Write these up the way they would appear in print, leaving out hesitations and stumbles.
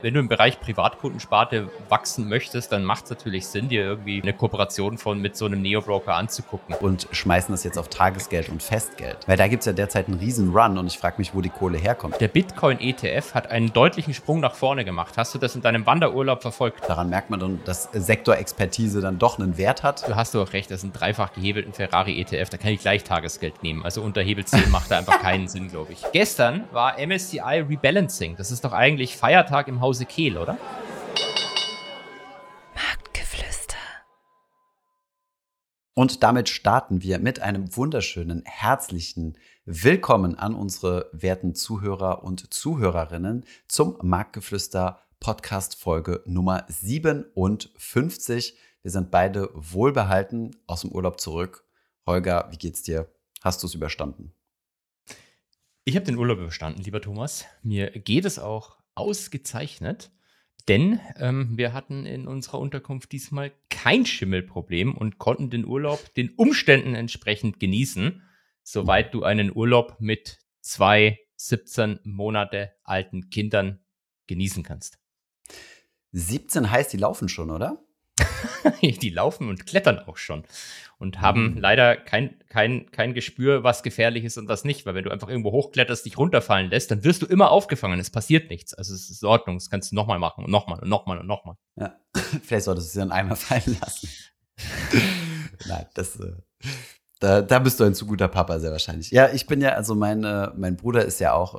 Wenn du im Bereich Privatkundensparte wachsen möchtest, dann macht es natürlich Sinn, dir irgendwie eine Kooperation mit so einem Neo-Broker anzugucken. Und schmeißen das jetzt auf Tagesgeld und Festgeld. Weil da gibt es ja derzeit einen riesen Run und ich frage mich, wo die Kohle herkommt. Der Bitcoin-ETF hat einen deutlichen Sprung nach vorne gemacht. Hast du das in deinem Wanderurlaub verfolgt? Daran merkt man dann, dass Sektorexpertise dann doch einen Wert hat. Du hast doch recht, das ist ein dreifach gehebelten Ferrari-ETF. Da kann ich gleich Tagesgeld nehmen. Also unter Hebel 10 macht da einfach keinen Sinn, glaube ich. Gestern war MSCI Rebalancing. Das ist doch eigentlich Feiertag im Hause Kehl, oder? Marktgeflüster. Und damit starten wir mit einem wunderschönen, herzlichen Willkommen an unsere werten Zuhörer und Zuhörerinnen zum Marktgeflüster Podcast Folge Nummer 57. Wir sind beide wohlbehalten aus dem Urlaub zurück. Holger, wie geht's dir? Hast du es überstanden? Ich habe den Urlaub überstanden, lieber Thomas. Mir geht es auch ausgezeichnet, denn wir hatten in unserer Unterkunft diesmal kein Schimmelproblem und konnten den Urlaub den Umständen entsprechend genießen, soweit du einen Urlaub mit 2 17 Monate alten Kindern genießen kannst. 17 heißt, die laufen schon, oder? Die laufen und klettern auch schon und haben leider kein Gespür, was gefährlich ist und was nicht, weil wenn du einfach irgendwo hochkletterst, dich runterfallen lässt, dann wirst du immer aufgefangen, es passiert nichts. Also es ist in Ordnung, das kannst du nochmal machen und nochmal und nochmal und nochmal. Ja, vielleicht solltest du es dir dann einmal fallen lassen. Nein, da bist du ein zu guter Papa, sehr wahrscheinlich. Ja, ich bin ja, also mein Bruder ist ja auch,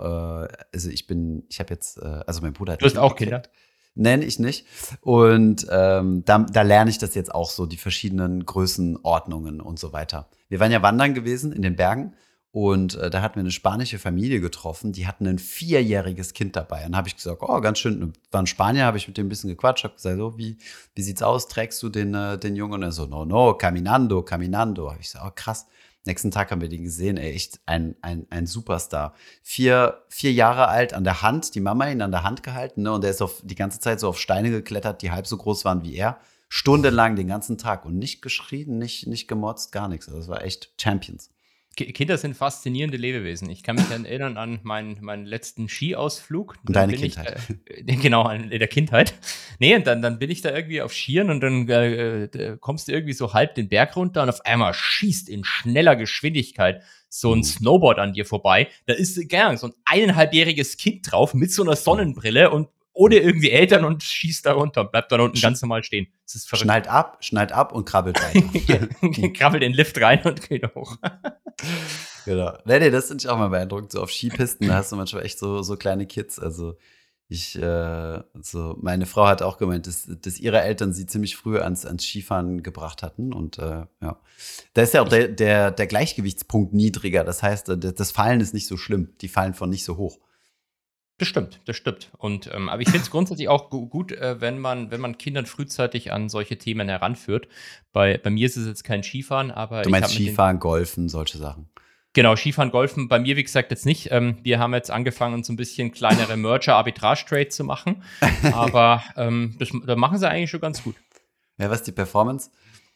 mein Bruder hat. Du hast auch Kinder? Nenne ich nicht. Und da lerne ich das jetzt auch so, die verschiedenen Größenordnungen und so weiter. Wir waren ja wandern gewesen in den Bergen und da hatten wir eine spanische Familie getroffen, die hatten ein 4-jähriges Kind dabei. Und dann habe ich gesagt, oh, ganz schön, war ein Spanier, habe ich mit dem ein bisschen gequatscht, habe gesagt, so, wie sieht's aus, trägst du den Jungen? Und er so, no, caminando. Habe ich gesagt, oh, krass. Nächsten Tag haben wir den gesehen, ey, echt ein Superstar. 4 Jahre alt an der Hand, die Mama ihn an der Hand gehalten, ne? Und der ist die ganze Zeit so auf Steine geklettert, die halb so groß waren wie er. Stundenlang, den ganzen Tag. Und nicht geschrien, nicht gemotzt, gar nichts. Also das war echt Champions. Kinder sind faszinierende Lebewesen. Ich kann mich erinnern an meinen letzten Skiausflug. Und deine Kindheit. Genau, in der Kindheit. Nee, und dann bin ich da irgendwie auf Skiern und dann kommst du irgendwie so halb den Berg runter und auf einmal schießt in schneller Geschwindigkeit so ein Snowboard an dir vorbei. Da ist so ein 1,5-jähriges Kind drauf mit so einer Sonnenbrille und ohne irgendwie Eltern und schießt da runter und bleibt dann unten ganz normal stehen. Das ist verrückt. Schnallt ab und krabbelt weiter. Krabbelt in den Lift rein und geht hoch. Genau. Nee, das finde ich auch mal beeindruckend. So auf Skipisten, da hast du manchmal echt so kleine Kids. Also meine Frau hat auch gemeint, dass ihre Eltern sie ziemlich früh ans Skifahren gebracht hatten. Und ja, da ist ja auch der Gleichgewichtspunkt niedriger. Das heißt, das Fallen ist nicht so schlimm. Die fallen von nicht so hoch. Das stimmt. Und aber ich finde es grundsätzlich auch gut, wenn man Kindern frühzeitig an solche Themen heranführt. Bei mir ist es jetzt kein Skifahren, aber du meinst Skifahren, Golfen, solche Sachen. Genau, Skifahren, Golfen, bei mir, wie gesagt, jetzt nicht. Wir haben jetzt angefangen, so ein bisschen kleinere Merger-Arbitrage-Trades zu machen. Aber da machen sie eigentlich schon ganz gut. Ja, was ist die Performance?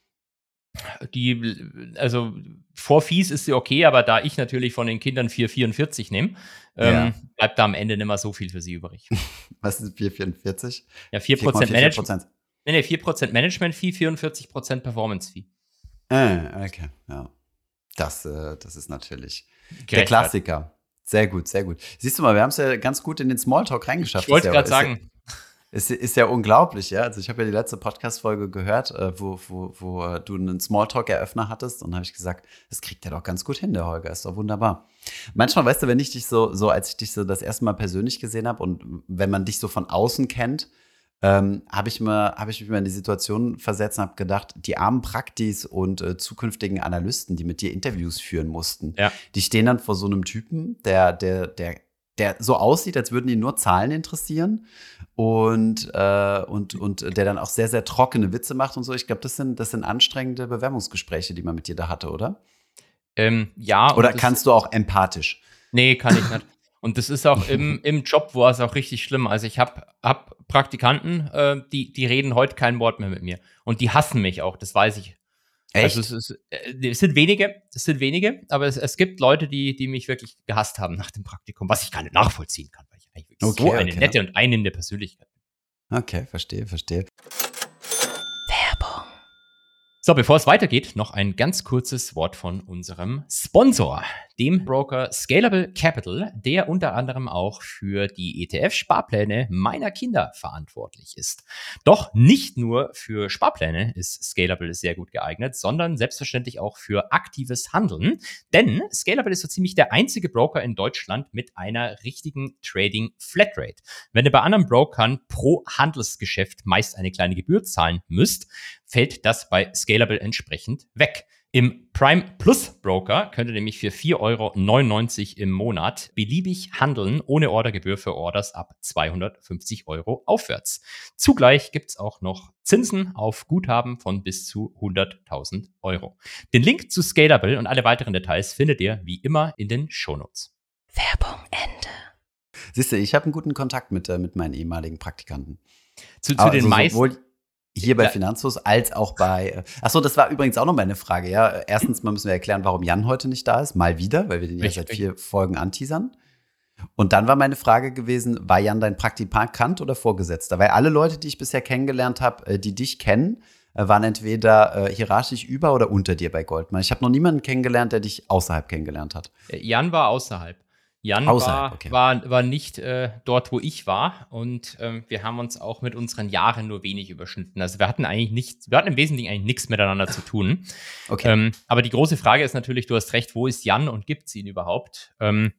Also vor Fees ist sie okay, aber da ich natürlich von den Kindern 4,44 nehme, bleibt da am Ende nicht mehr so viel für sie übrig. Was ist 4,44? Ja, 4% Management. Nee, 4% Management-Fee, 44% Performance-Fee. Okay, ja. Das ist natürlich der Klassiker. Sehr gut, sehr gut. Siehst du mal, wir haben es ja ganz gut in den Smalltalk reingeschafft. Ich wollte gerade sagen. Ist ja unglaublich, ja. Also ich habe ja die letzte Podcast-Folge gehört, wo du einen Smalltalk-Eröffner hattest und habe ich gesagt, das kriegt er doch ganz gut hin, der Holger, ist doch wunderbar. Manchmal, weißt du, wenn ich dich als ich dich so das erste Mal persönlich gesehen habe und wenn man dich so von außen kennt, habe ich mich mal in die Situation versetzt und habe gedacht, die armen Praktis und zukünftigen Analysten, die mit dir Interviews führen mussten, die stehen dann vor so einem Typen, der so aussieht, als würden ihn nur Zahlen interessieren und der dann auch sehr, sehr trockene Witze macht und so. Ich glaube, das sind anstrengende Bewerbungsgespräche, die man mit dir da hatte, oder? Ja. Oder kannst du auch empathisch? Nee, kann ich nicht. Und das ist auch im Job, war es auch richtig schlimm. Also ich hab Praktikanten, die reden heute kein Wort mehr mit mir. Und die hassen mich auch, das weiß ich. Echt? Also es sind wenige, aber es gibt Leute, die mich wirklich gehasst haben nach dem Praktikum, was ich gar nicht nachvollziehen kann, weil ich eigentlich wirklich so eine nette und einnehmende Persönlichkeit bin. Okay, verstehe. So, bevor es weitergeht, noch ein ganz kurzes Wort von unserem Sponsor, dem Broker Scalable Capital, der unter anderem auch für die ETF-Sparpläne meiner Kinder verantwortlich ist. Doch nicht nur für Sparpläne ist Scalable sehr gut geeignet, sondern selbstverständlich auch für aktives Handeln. Denn Scalable ist so ziemlich der einzige Broker in Deutschland mit einer richtigen Trading Flatrate. Wenn ihr bei anderen Brokern pro Handelsgeschäft meist eine kleine Gebühr zahlen müsst, fällt das bei Scalable entsprechend weg. Im Prime Plus Broker könnt ihr nämlich für 4,99 € im Monat beliebig handeln, ohne Ordergebühr für Orders ab 250 € aufwärts. Zugleich gibt's auch noch Zinsen auf Guthaben von bis zu 100.000 €. Den Link zu Scalable und alle weiteren Details findet ihr wie immer in den Shownotes. Werbung Ende. Siehst du, ich habe einen guten Kontakt mit meinen ehemaligen Praktikanten. Zu den meisten. Sowohl hier bei Finanzfluss als auch bei. Achso, das war übrigens auch noch meine Frage. Ja, erstens mal müssen wir erklären, warum Jan heute nicht da ist. Mal wieder, weil wir den ja seit 4 Folgen anteasern. Und dann war meine Frage gewesen: War Jan dein Praktikant oder Vorgesetzter? Weil alle Leute, die ich bisher kennengelernt habe, die dich kennen, waren entweder hierarchisch über oder unter dir bei Goldman. Ich habe noch niemanden kennengelernt, der dich außerhalb kennengelernt hat. Jan war außerhalb. Jan war nicht dort, wo ich war, und wir haben uns auch mit unseren Jahren nur wenig überschnitten. Also wir hatten im Wesentlichen eigentlich nichts miteinander zu tun. Okay. Aber die große Frage ist natürlich, du hast recht, wo ist Jan und gibt es ihn überhaupt?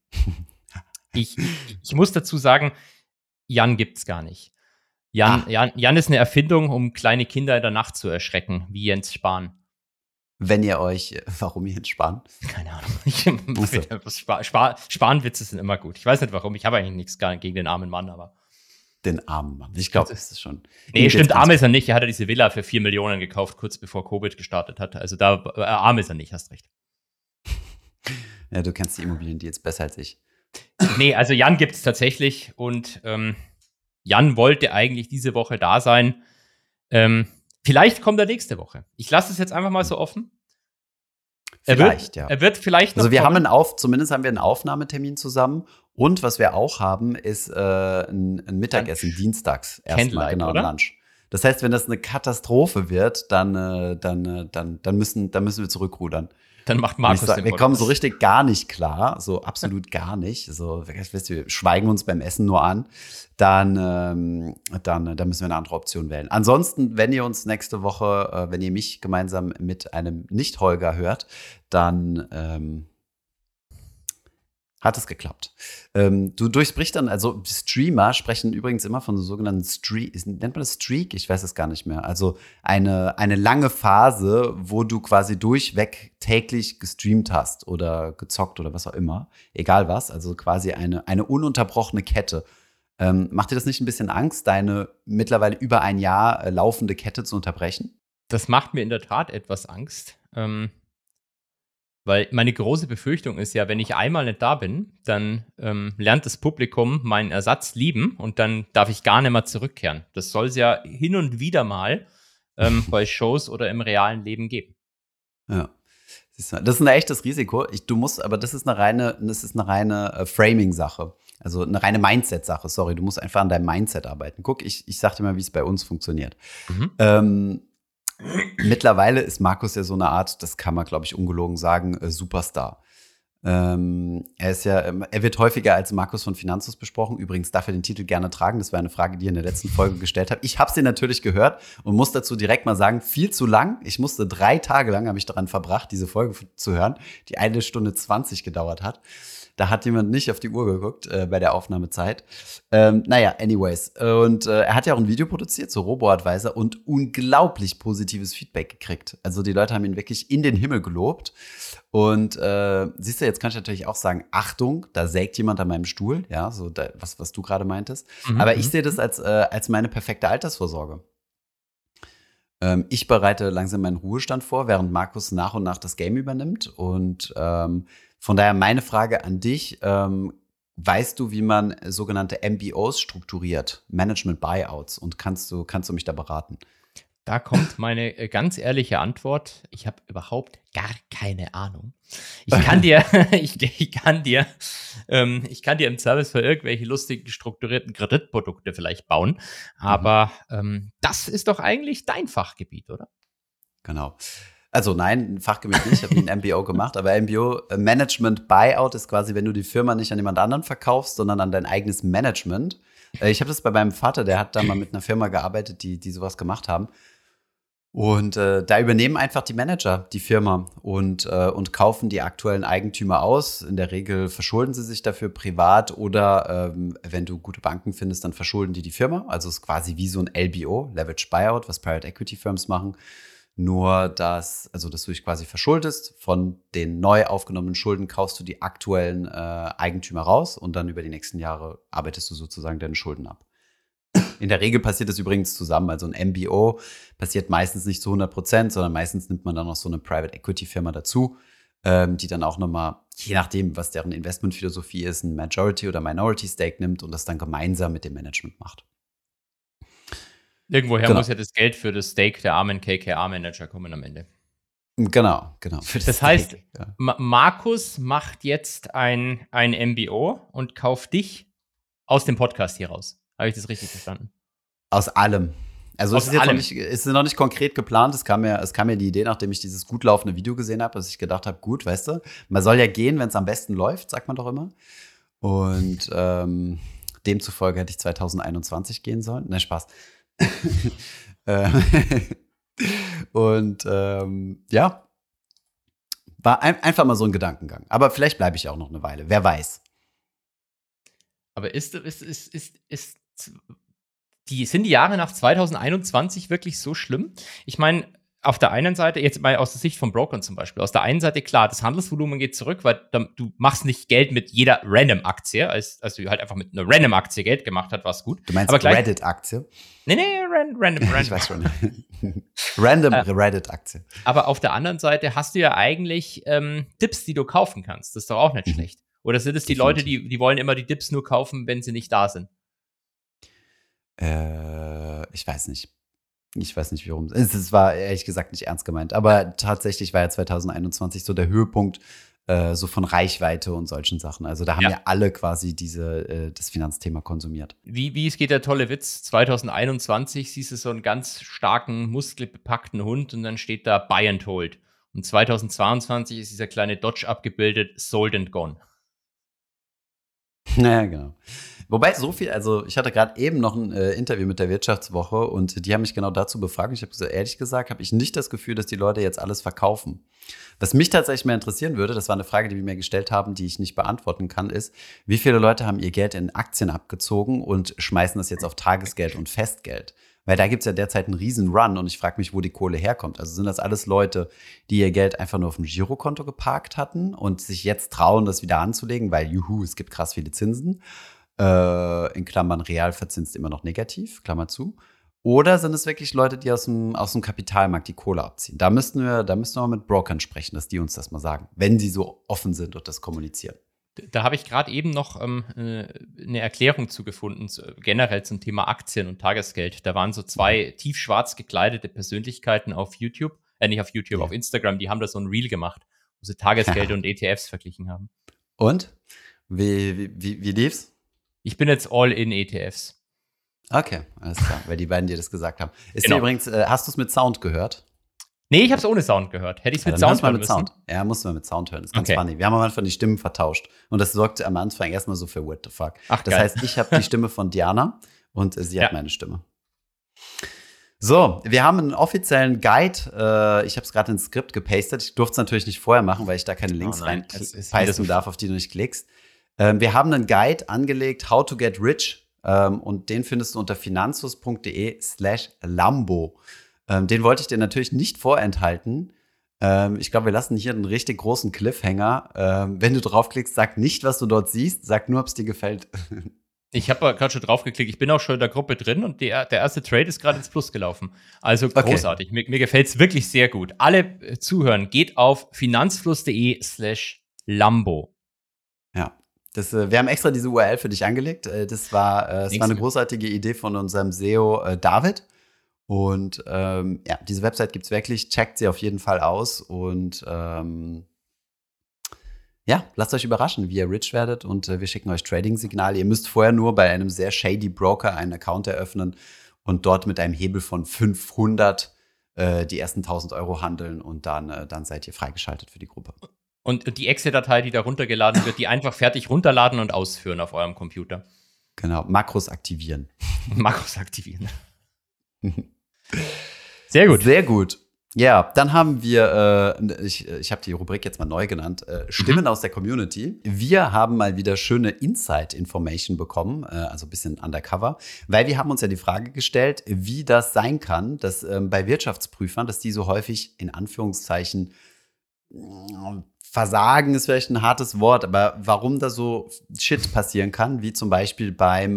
Ich muss dazu sagen, Jan gibt's gar nicht. Jan ist eine Erfindung, um kleine Kinder in der Nacht zu erschrecken, wie Jens Spahn. Warum Jens Spahn? Keine Ahnung. Spanwitze sind immer gut. Ich weiß nicht warum. Ich habe eigentlich nichts gegen den armen Mann, aber. Den armen Mann. Ich glaube, das ist schon. Nee, stimmt, arm ist er nicht. Er hat ja diese Villa für 4 Millionen gekauft, kurz bevor Covid gestartet hat. Also arm ist er nicht, hast recht. Ja, du kennst die Immobiliendeals besser als ich. Nee, also Jan gibt es tatsächlich, und Jan wollte eigentlich diese Woche da sein. Vielleicht kommt er nächste Woche. Ich lasse es jetzt einfach mal so offen. Er wird vielleicht noch. Also zumindest haben wir einen Aufnahmetermin zusammen. Und was wir auch haben, ist ein Mittagessen, Lunch. dienstags. Erstmal, genau, oder? Lunch. Das heißt, wenn das eine Katastrophe wird, dann müssen wir zurückrudern. Dann macht Markus den wir kommen so richtig gar nicht klar, so absolut gar nicht. So, wir schweigen uns beim Essen nur an. Dann müssen wir eine andere Option wählen. Ansonsten, wenn ihr uns nächste Woche, wenn ihr mich gemeinsam mit einem Nicht-Holger hört, dann hat es geklappt. Du durchbrichst dann, also Streamer sprechen übrigens immer von so sogenannten Streak, nennt man das Streak? Ich weiß es gar nicht mehr. Also eine lange Phase, wo du quasi durchweg täglich gestreamt hast oder gezockt oder was auch immer. Egal was, also quasi eine ununterbrochene Kette. Macht dir das nicht ein bisschen Angst, deine mittlerweile über ein Jahr laufende Kette zu unterbrechen? Das macht mir in der Tat etwas Angst. Weil meine große Befürchtung ist ja, wenn ich einmal nicht da bin, dann lernt das Publikum meinen Ersatz lieben und dann darf ich gar nicht mehr zurückkehren. Das soll es ja hin und wieder mal bei Shows oder im realen Leben geben. Ja. Das ist ein echtes Risiko. Aber das ist eine reine Framing-Sache. Also eine reine Mindset-Sache. Sorry, du musst einfach an deinem Mindset arbeiten. Guck, ich sag dir mal, wie es bei uns funktioniert. Mittlerweile ist Markus ja so eine Art, das kann man, glaube ich, ungelogen sagen, Superstar. Er wird häufiger als Markus von Finanzfluss besprochen. Übrigens darf er den Titel gerne tragen. Das war eine Frage, die er in der letzten Folge gestellt hat. Ich habe es dir natürlich gehört und muss dazu direkt mal sagen, viel zu lang. Ich musste 3 Tage lang, habe ich daran verbracht, diese Folge zu hören, die 1 Stunde 20 gedauert hat. Da hat jemand nicht auf die Uhr geguckt bei der Aufnahmezeit. Anyways. Und er hat ja auch ein Video produziert, so Robo-Advisor, und unglaublich positives Feedback gekriegt. Also die Leute haben ihn wirklich in den Himmel gelobt. Und siehst du, jetzt kann ich natürlich auch sagen, Achtung, da sägt jemand an meinem Stuhl. Ja, so was du gerade meintest. Aber ich sehe das als meine perfekte Altersvorsorge. Ich bereite langsam meinen Ruhestand vor, während Markus nach und nach das Game übernimmt. Und von daher meine Frage an dich, weißt du, wie man sogenannte MBOs strukturiert, Management Buyouts, und kannst du mich da beraten? Da kommt meine ganz ehrliche Antwort. Ich habe überhaupt gar keine Ahnung. Ich kann dir, ich kann dir im Service für irgendwelche lustigen, strukturierten Kreditprodukte vielleicht bauen. Aber das ist doch eigentlich dein Fachgebiet, oder? Genau. Also nein, Fachgebiet nicht, ich habe ein MBO gemacht, aber MBO, Management Buyout, ist quasi, wenn du die Firma nicht an jemand anderen verkaufst, sondern an dein eigenes Management. Ich habe das bei meinem Vater, der hat da mal mit einer Firma gearbeitet, die sowas gemacht haben. Und da übernehmen einfach die Manager die Firma und kaufen die aktuellen Eigentümer aus. In der Regel verschulden sie sich dafür privat oder wenn du gute Banken findest, dann verschulden die Firma. Also es ist quasi wie so ein LBO, Leveraged Buyout, was Private Equity Firms machen. Nur, dass du dich quasi verschuldest. Von den neu aufgenommenen Schulden kaufst du die aktuellen Eigentümer raus und dann über die nächsten Jahre arbeitest du sozusagen deine Schulden ab. In der Regel passiert das übrigens zusammen. Also ein MBO passiert meistens nicht zu 100%, sondern meistens nimmt man dann noch so eine Private Equity Firma dazu, die dann auch nochmal, je nachdem, was deren Investmentphilosophie ist, ein Majority oder Minority Stake nimmt und das dann gemeinsam mit dem Management macht. Irgendwoher muss ja das Geld für das Stake der armen KKR-Manager kommen am Ende. Genau. Das heißt, ja. Markus macht jetzt ein MBO und kauft dich aus dem Podcast hier raus. Habe ich das richtig verstanden? Aus allem. Also es ist noch nicht konkret geplant. Es kam mir die Idee, nachdem ich dieses gut laufende Video gesehen habe, dass ich gedacht habe, gut, weißt du, man soll ja gehen, wenn es am besten läuft, sagt man doch immer. Und demzufolge hätte ich 2021 gehen sollen. Nein, Spaß. Und ja, war einfach mal so ein Gedankengang. Aber vielleicht bleibe ich auch noch eine Weile. Wer weiß. Aber sind die Jahre nach 2021 wirklich so schlimm? Ich meine, auf der einen Seite, jetzt mal aus der Sicht von Brokern zum Beispiel, aus der einen Seite, klar, das Handelsvolumen geht zurück, weil du machst nicht Geld mit jeder Random-Aktie, als du halt einfach mit einer Random-Aktie Geld gemacht hast, war es gut. Du meinst Reddit-Aktie? Nee, random. Ich weiß schon. Random Reddit-Aktie. Aber auf der anderen Seite hast du ja eigentlich Dips, die du kaufen kannst. Das ist doch auch nicht schlecht. Oder sind es die Leute, die wollen immer die Dips nur kaufen, wenn sie nicht da sind? Ich weiß nicht. Ich weiß nicht, warum. Es war ehrlich gesagt nicht ernst gemeint. Aber tatsächlich war ja 2021 so der Höhepunkt so von Reichweite und solchen Sachen. Also da haben ja alle quasi das Finanzthema konsumiert. Wie es geht der tolle Witz. 2021 siehst du so einen ganz starken, muskelbepackten Hund und dann steht da Buy and Hold. Und 2022 ist dieser kleine Dodge abgebildet, Sold and Gone. Naja, genau. Wobei so viel, also ich hatte gerade eben noch ein Interview mit der Wirtschaftswoche und die haben mich genau dazu befragt. Ich habe gesagt, ehrlich gesagt, habe ich nicht das Gefühl, dass die Leute jetzt alles verkaufen. Was mich tatsächlich mehr interessieren würde, das war eine Frage, die wir mir gestellt haben, die ich nicht beantworten kann, ist, wie viele Leute haben ihr Geld in Aktien abgezogen und schmeißen das jetzt auf Tagesgeld und Festgeld? Weil da gibt es ja derzeit einen riesen Run und ich frage mich, wo die Kohle herkommt. Also sind das alles Leute, die ihr Geld einfach nur auf dem Girokonto geparkt hatten und sich jetzt trauen, das wieder anzulegen, weil es gibt krass viele Zinsen. In Klammern real verzinst immer noch negativ, Klammer zu. Oder sind es wirklich Leute, die aus dem Kapitalmarkt die Kohle abziehen? Da müssten wir mal mit Brokern sprechen, dass die uns das mal sagen, wenn sie so offen sind und das kommunizieren. Da habe ich gerade eben noch eine Erklärung zugefunden, generell zum Thema Aktien und Tagesgeld. Da waren so zwei tiefschwarz gekleidete Persönlichkeiten auf YouTube, nicht auf YouTube, auf Instagram, die haben da so ein Reel gemacht, wo sie Tagesgeld und ETFs verglichen haben. Und? Wie lief's? Ich bin jetzt all in ETFs. Okay, alles klar, weil die beiden dir das gesagt haben. Übrigens, hast du es mit Sound gehört? Nee, ich habe es ohne Sound gehört. Hätte ich es mit Sound hören müssen? Ja, musst du mit Sound hören. Das ist ganz funny. Wir haben am Anfang die Stimmen vertauscht. Und das sorgte am Anfang erstmal so für what the fuck. Das heißt, ich habe die Stimme von Diana und sie hat meine Stimme. So, wir haben einen offiziellen Guide. Ich habe es gerade ins Skript gepastet. Ich durfte es natürlich nicht vorher machen, weil ich da keine Links reinpeisten darf, auf die du nicht klickst. Wir haben einen Guide angelegt, How to Get Rich. Und den findest du unter finanzus.de/Lambo. Den wollte ich dir natürlich nicht vorenthalten. Ich glaube, wir lassen hier einen richtig großen Cliffhanger. Wenn du draufklickst, sag nicht, was du dort siehst. Sag nur, ob es dir gefällt. Ich habe gerade schon draufgeklickt. Ich bin auch schon in der Gruppe drin und der erste Trade ist gerade ins Plus gelaufen. Also großartig. Okay. Mir gefällt es wirklich sehr gut. Alle zuhören, geht auf finanzfluss.de/Lambo. Ja. Wir haben extra diese URL für dich angelegt. Das war eine großartige Idee von unserem SEO David. Und ja, diese Website gibt es wirklich. Checkt sie auf jeden Fall aus. Und ja, lasst euch überraschen, wie ihr rich werdet. Und wir schicken euch Trading-Signale. Ihr müsst vorher nur bei einem sehr shady Broker einen Account eröffnen und dort mit einem Hebel von 500 die ersten 1.000 Euro handeln. Und dann seid ihr freigeschaltet für die Gruppe. Und die Exe-Datei, die da runtergeladen wird, die einfach fertig runterladen und ausführen auf eurem Computer. Genau, Makros aktivieren. Makros aktivieren. Sehr gut. Sehr gut. Ja, dann haben wir, ich habe die Rubrik jetzt mal neu genannt, Stimmen aus der Community. Wir haben mal wieder schöne Inside-Information bekommen, also ein bisschen undercover, weil wir haben uns ja die Frage gestellt, wie das sein kann, dass bei Wirtschaftsprüfern, dass die so häufig in Anführungszeichen Versagen ist vielleicht ein hartes Wort, aber warum da so Shit passieren kann, wie zum Beispiel beim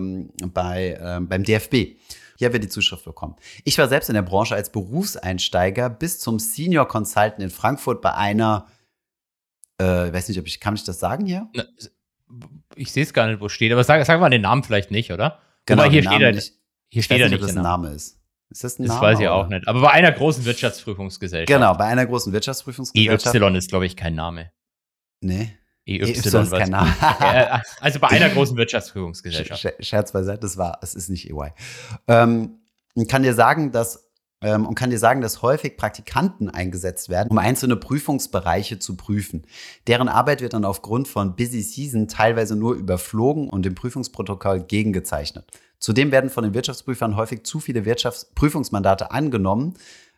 DFB. Hier haben wir die Zuschrift bekommen. Ich war selbst in der Branche als Berufseinsteiger bis zum Senior Consultant in Frankfurt bei einer, weiß nicht, kann ich das sagen hier? Ich sehe es gar nicht, wo es steht, aber sag mal den Namen vielleicht nicht, oder? Genau, hier den steht Namen er nicht. Hier steht er nicht, ob das ein Name ist. Ist das ein Name? Das weiß ich oder? auch nicht. Aber bei einer großen Wirtschaftsprüfungsgesellschaft. Genau, bei einer großen Wirtschaftsprüfungsgesellschaft. EY ist, glaube ich, kein Name. Nee. EY ist kein Name. Also bei einer großen Wirtschaftsprüfungsgesellschaft. Scherz beiseite, es ist nicht EY. Und kann dir sagen, dass häufig Praktikanten eingesetzt werden, um einzelne Prüfungsbereiche zu prüfen. Deren Arbeit wird dann aufgrund von Busy Season teilweise nur überflogen und im Prüfungsprotokoll gegengezeichnet. Zudem werden von den Wirtschaftsprüfern häufig zu viele Wirtschaftsprüfungsmandate angenommen,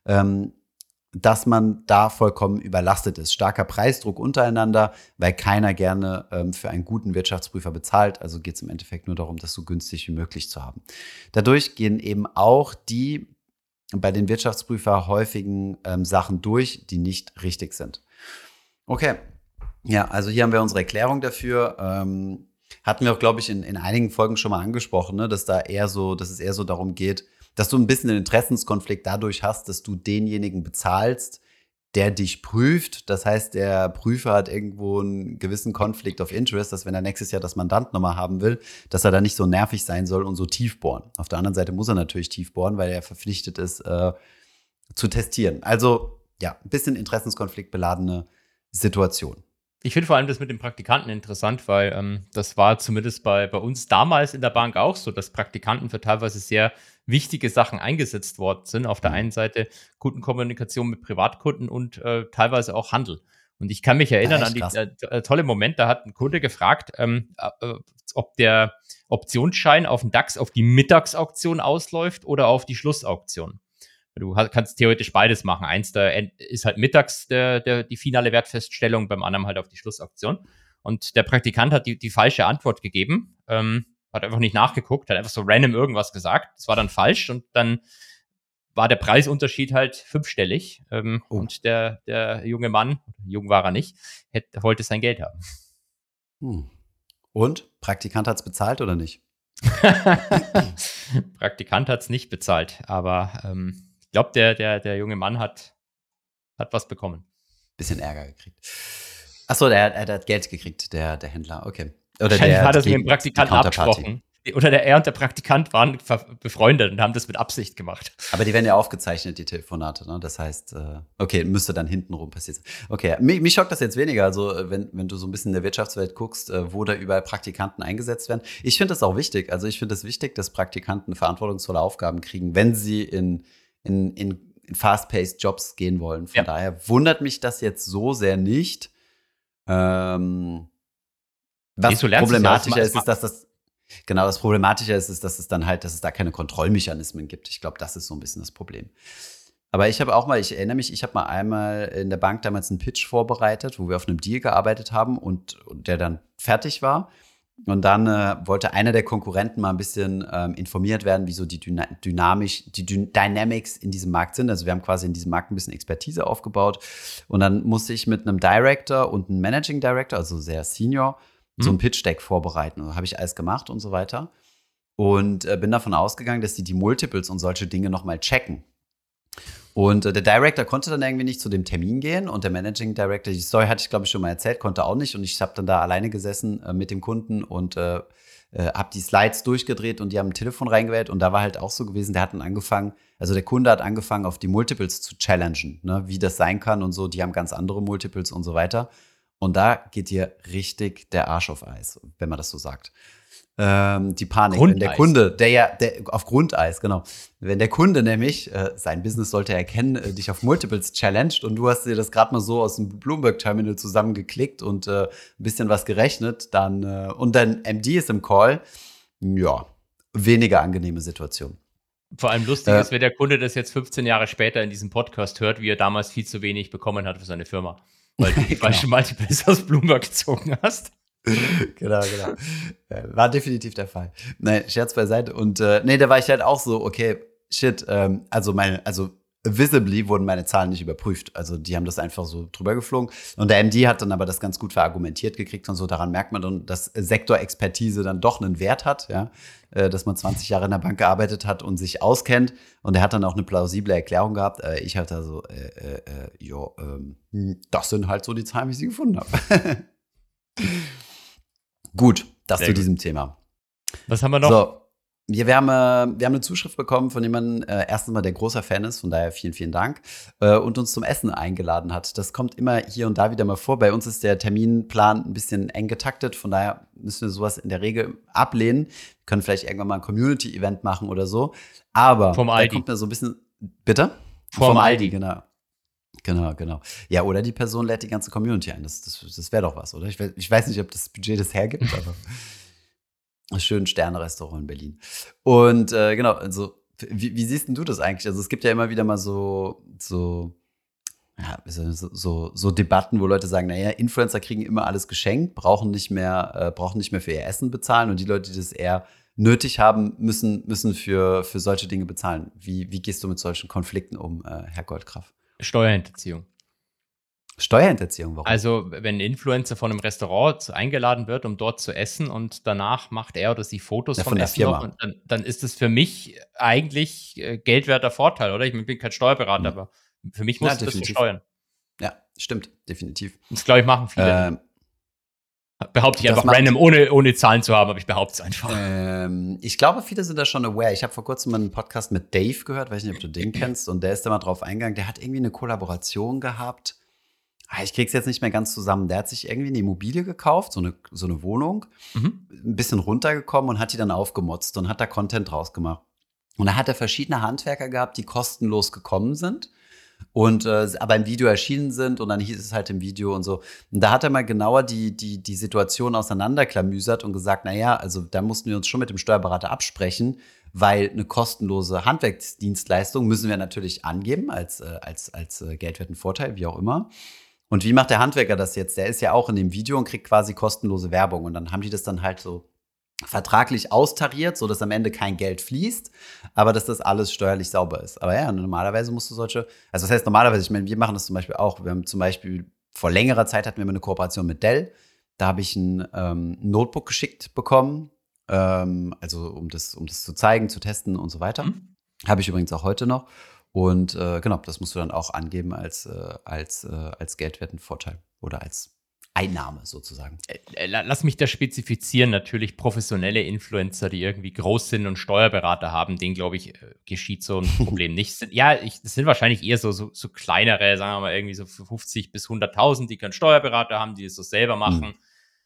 dass man da vollkommen überlastet ist. Starker Preisdruck untereinander, weil keiner gerne für einen guten Wirtschaftsprüfer bezahlt. Also geht es im Endeffekt nur darum, das so günstig wie möglich zu haben. Dadurch gehen eben auch die bei den Wirtschaftsprüfer häufigen Sachen durch, die nicht richtig sind. Okay, ja, also hier haben wir unsere Erklärung dafür. Hatten wir auch, glaube ich, in einigen Folgen schon mal angesprochen, ne, dass es eher so darum geht, dass du ein bisschen einen Interessenskonflikt dadurch hast, dass du denjenigen bezahlst, der dich prüft. Das heißt, der Prüfer hat irgendwo einen gewissen Conflict of Interest, dass wenn er nächstes Jahr das Mandant nochmal haben will, dass er da nicht so nervig sein soll und so tief bohren. Auf der anderen Seite muss er natürlich tief bohren, weil er verpflichtet ist, zu testieren. Also ja, ein bisschen Interessenskonflikt beladene Situation. Ich finde vor allem das mit den Praktikanten interessant, weil das war zumindest bei uns damals in der Bank auch so, dass Praktikanten für teilweise sehr wichtige Sachen eingesetzt worden sind. Auf der einen Seite Kundenkommunikation mit Privatkunden und teilweise auch Handel. Und ich kann mich erinnern an die tolle Moment, da hat ein Kunde gefragt, ob der Optionsschein auf den DAX auf die Mittagsauktion ausläuft oder auf die Schlussauktion. Du kannst theoretisch beides machen. Eins, da ist halt mittags die finale Wertfeststellung, beim anderen halt auf die Schlussauktion. Und der Praktikant hat die falsche Antwort gegeben, hat einfach nicht nachgeguckt, hat einfach so random irgendwas gesagt. Das war dann falsch und dann war der Preisunterschied halt 5-stellig. Und der junge Mann, jung war er nicht, wollte sein Geld haben. Und? Praktikant hat es bezahlt oder nicht? Praktikant hat es nicht bezahlt, aber ich glaube, der junge Mann hat was bekommen. Bisschen Ärger gekriegt. Achso, er hat Geld gekriegt, der Händler, okay. Oder der hat das mit dem Praktikanten abgesprochen. Oder er und der Praktikant waren befreundet und haben das mit Absicht gemacht. Aber die werden ja aufgezeichnet, die Telefonate, ne? Das heißt, okay, müsste dann hintenrum passieren. Okay, mich schockt das jetzt weniger, also wenn du so ein bisschen in der Wirtschaftswelt guckst, wo da überall Praktikanten eingesetzt werden. Ich finde das auch wichtig. Also ich finde es wichtig, dass Praktikanten verantwortungsvolle Aufgaben kriegen, wenn sie in fast-paced Jobs gehen wollen. Von daher wundert mich das jetzt so sehr nicht. Was problematischer ist, dass das Problematische ist, dass es dann halt, dass es da keine Kontrollmechanismen gibt. Ich glaube, das ist so ein bisschen das Problem. Aber ich erinnere mich, ich habe mal einmal in der Bank damals einen Pitch vorbereitet, wo wir auf einem Deal gearbeitet haben und der dann fertig war. Und dann wollte einer der Konkurrenten mal ein bisschen informiert werden, wie so die Dynamics in diesem Markt sind. Also wir haben quasi in diesem Markt ein bisschen Expertise aufgebaut. Und dann musste ich mit einem Director und einem Managing Director, also sehr Senior, so ein Pitch-Deck vorbereiten. Und habe ich alles gemacht und so weiter. Und bin davon ausgegangen, dass die Multiples und solche Dinge nochmal checken. Und der Director konnte dann irgendwie nicht zu dem Termin gehen und der Managing Director, die Story hatte ich, glaube ich, schon mal erzählt, konnte auch nicht. Und ich habe dann da alleine gesessen mit dem Kunden und habe die Slides durchgedreht und die haben ein Telefon reingewählt und da war halt auch so gewesen, der Kunde hat angefangen, auf die Multiples zu challengen, ne, wie das sein kann und so, die haben ganz andere Multiples und so weiter. Und da geht dir richtig der Arsch auf Eis, wenn man das so sagt. Die Panik, wenn der Kunde, der auf Grundeis, genau. Wenn der Kunde nämlich, sein Business sollte erkennen, dich auf Multiples challenged und du hast dir das gerade mal so aus dem Bloomberg-Terminal zusammengeklickt und ein bisschen was gerechnet, dann und dein MD ist im Call, ja, weniger angenehme Situation. Vor allem lustig ist, wenn der Kunde das jetzt 15 Jahre später in diesem Podcast hört, wie er damals viel zu wenig bekommen hat für seine Firma, weil du die falschen Multiples aus Bloomberg gezogen hast. Genau. War definitiv der Fall. Nein, Scherz beiseite. Und da war ich halt auch so, okay, shit, also visibly wurden meine Zahlen nicht überprüft. Also die haben das einfach so drüber geflogen. Und der MD hat dann aber das ganz gut verargumentiert gekriegt und so. Daran merkt man dann, dass Sektorexpertise dann doch einen Wert hat, ja, dass man 20 Jahre in der Bank gearbeitet hat und sich auskennt. Und er hat dann auch eine plausible Erklärung gehabt. Ich hatte so, das sind halt so die Zahlen, wie ich sie gefunden habe. Gut, das zu diesem Thema. Was haben wir noch? So, wir haben eine Zuschrift bekommen von jemandem, erstens mal, der großer Fan ist, von daher vielen, vielen Dank, und uns zum Essen eingeladen hat. Das kommt immer hier und da wieder mal vor. Bei uns ist der Terminplan ein bisschen eng getaktet, von daher müssen wir sowas in der Regel ablehnen. Wir können vielleicht irgendwann mal ein Community-Event machen oder so. Aber vom da Aldi. kommt mir so ein bisschen, bitte? Vom Aldi. Genau. Ja, oder die Person lädt die ganze Community ein. Das wäre doch was, oder? Ich weiß nicht, ob das Budget das hergibt, aber ein schönes Sterne-Restaurant in Berlin. Und genau, also wie siehst denn du das eigentlich? Also es gibt ja immer wieder mal so Debatten, wo Leute sagen, naja, Influencer kriegen immer alles geschenkt, brauchen nicht mehr für ihr Essen bezahlen und die Leute, die das eher nötig haben, müssen für solche Dinge bezahlen. Wie gehst du mit solchen Konflikten um, Herr Goldgraf? Steuerhinterziehung. Steuerhinterziehung, warum? Also, wenn ein Influencer von einem Restaurant eingeladen wird, um dort zu essen und danach macht er oder sie Fotos vom von der Essen Firma. noch, und dann ist es für mich eigentlich geldwerter Vorteil, oder? Ich bin kein Steuerberater, aber für mich muss das versteuern. Ja, stimmt, definitiv. Das, glaube ich, machen viele. Behaupte ich einfach random, ohne Zahlen zu haben, aber ich behaupte es einfach. Ich glaube, viele sind da schon aware. Ich habe vor kurzem mal einen Podcast mit Dave gehört, weiß nicht, ob du den kennst, und der ist da mal drauf eingegangen. Der hat irgendwie eine Kollaboration gehabt. Ich krieg's jetzt nicht mehr ganz zusammen. Der hat sich irgendwie eine Immobilie gekauft, so eine Wohnung, ein bisschen runtergekommen und hat die dann aufgemotzt und hat da Content draus gemacht. Und da hat er verschiedene Handwerker gehabt, die kostenlos gekommen sind und aber im Video erschienen sind, und dann hieß es halt im Video und so. Und da hat er mal genauer die Situation auseinanderklamüsert und gesagt, naja, also da mussten wir uns schon mit dem Steuerberater absprechen, weil eine kostenlose Handwerksdienstleistung müssen wir natürlich angeben als geldwerten Vorteil, wie auch immer. Und wie macht der Handwerker das jetzt? Der ist ja auch in dem Video und kriegt quasi kostenlose Werbung. Und dann haben die das dann halt so vertraglich austariert, sodass am Ende kein Geld fließt, aber dass das alles steuerlich sauber ist. Aber ja, normalerweise musst du also das heißt normalerweise, ich meine, wir machen das zum Beispiel auch. Wir haben zum Beispiel, vor längerer Zeit hatten wir mal eine Kooperation mit Dell. Da habe ich ein Notebook geschickt bekommen, also um das zu zeigen, zu testen und so weiter. Habe ich übrigens auch heute noch. Und genau, das musst du dann auch angeben als geldwerten Vorteil oder als Einnahme sozusagen. Lass mich das spezifizieren. Natürlich professionelle Influencer, die irgendwie groß sind und Steuerberater haben, denen, glaube ich, geschieht so ein Problem nicht. Das sind wahrscheinlich eher so kleinere, sagen wir mal, irgendwie so 50 bis 100.000, die keinen Steuerberater haben, die es so selber machen,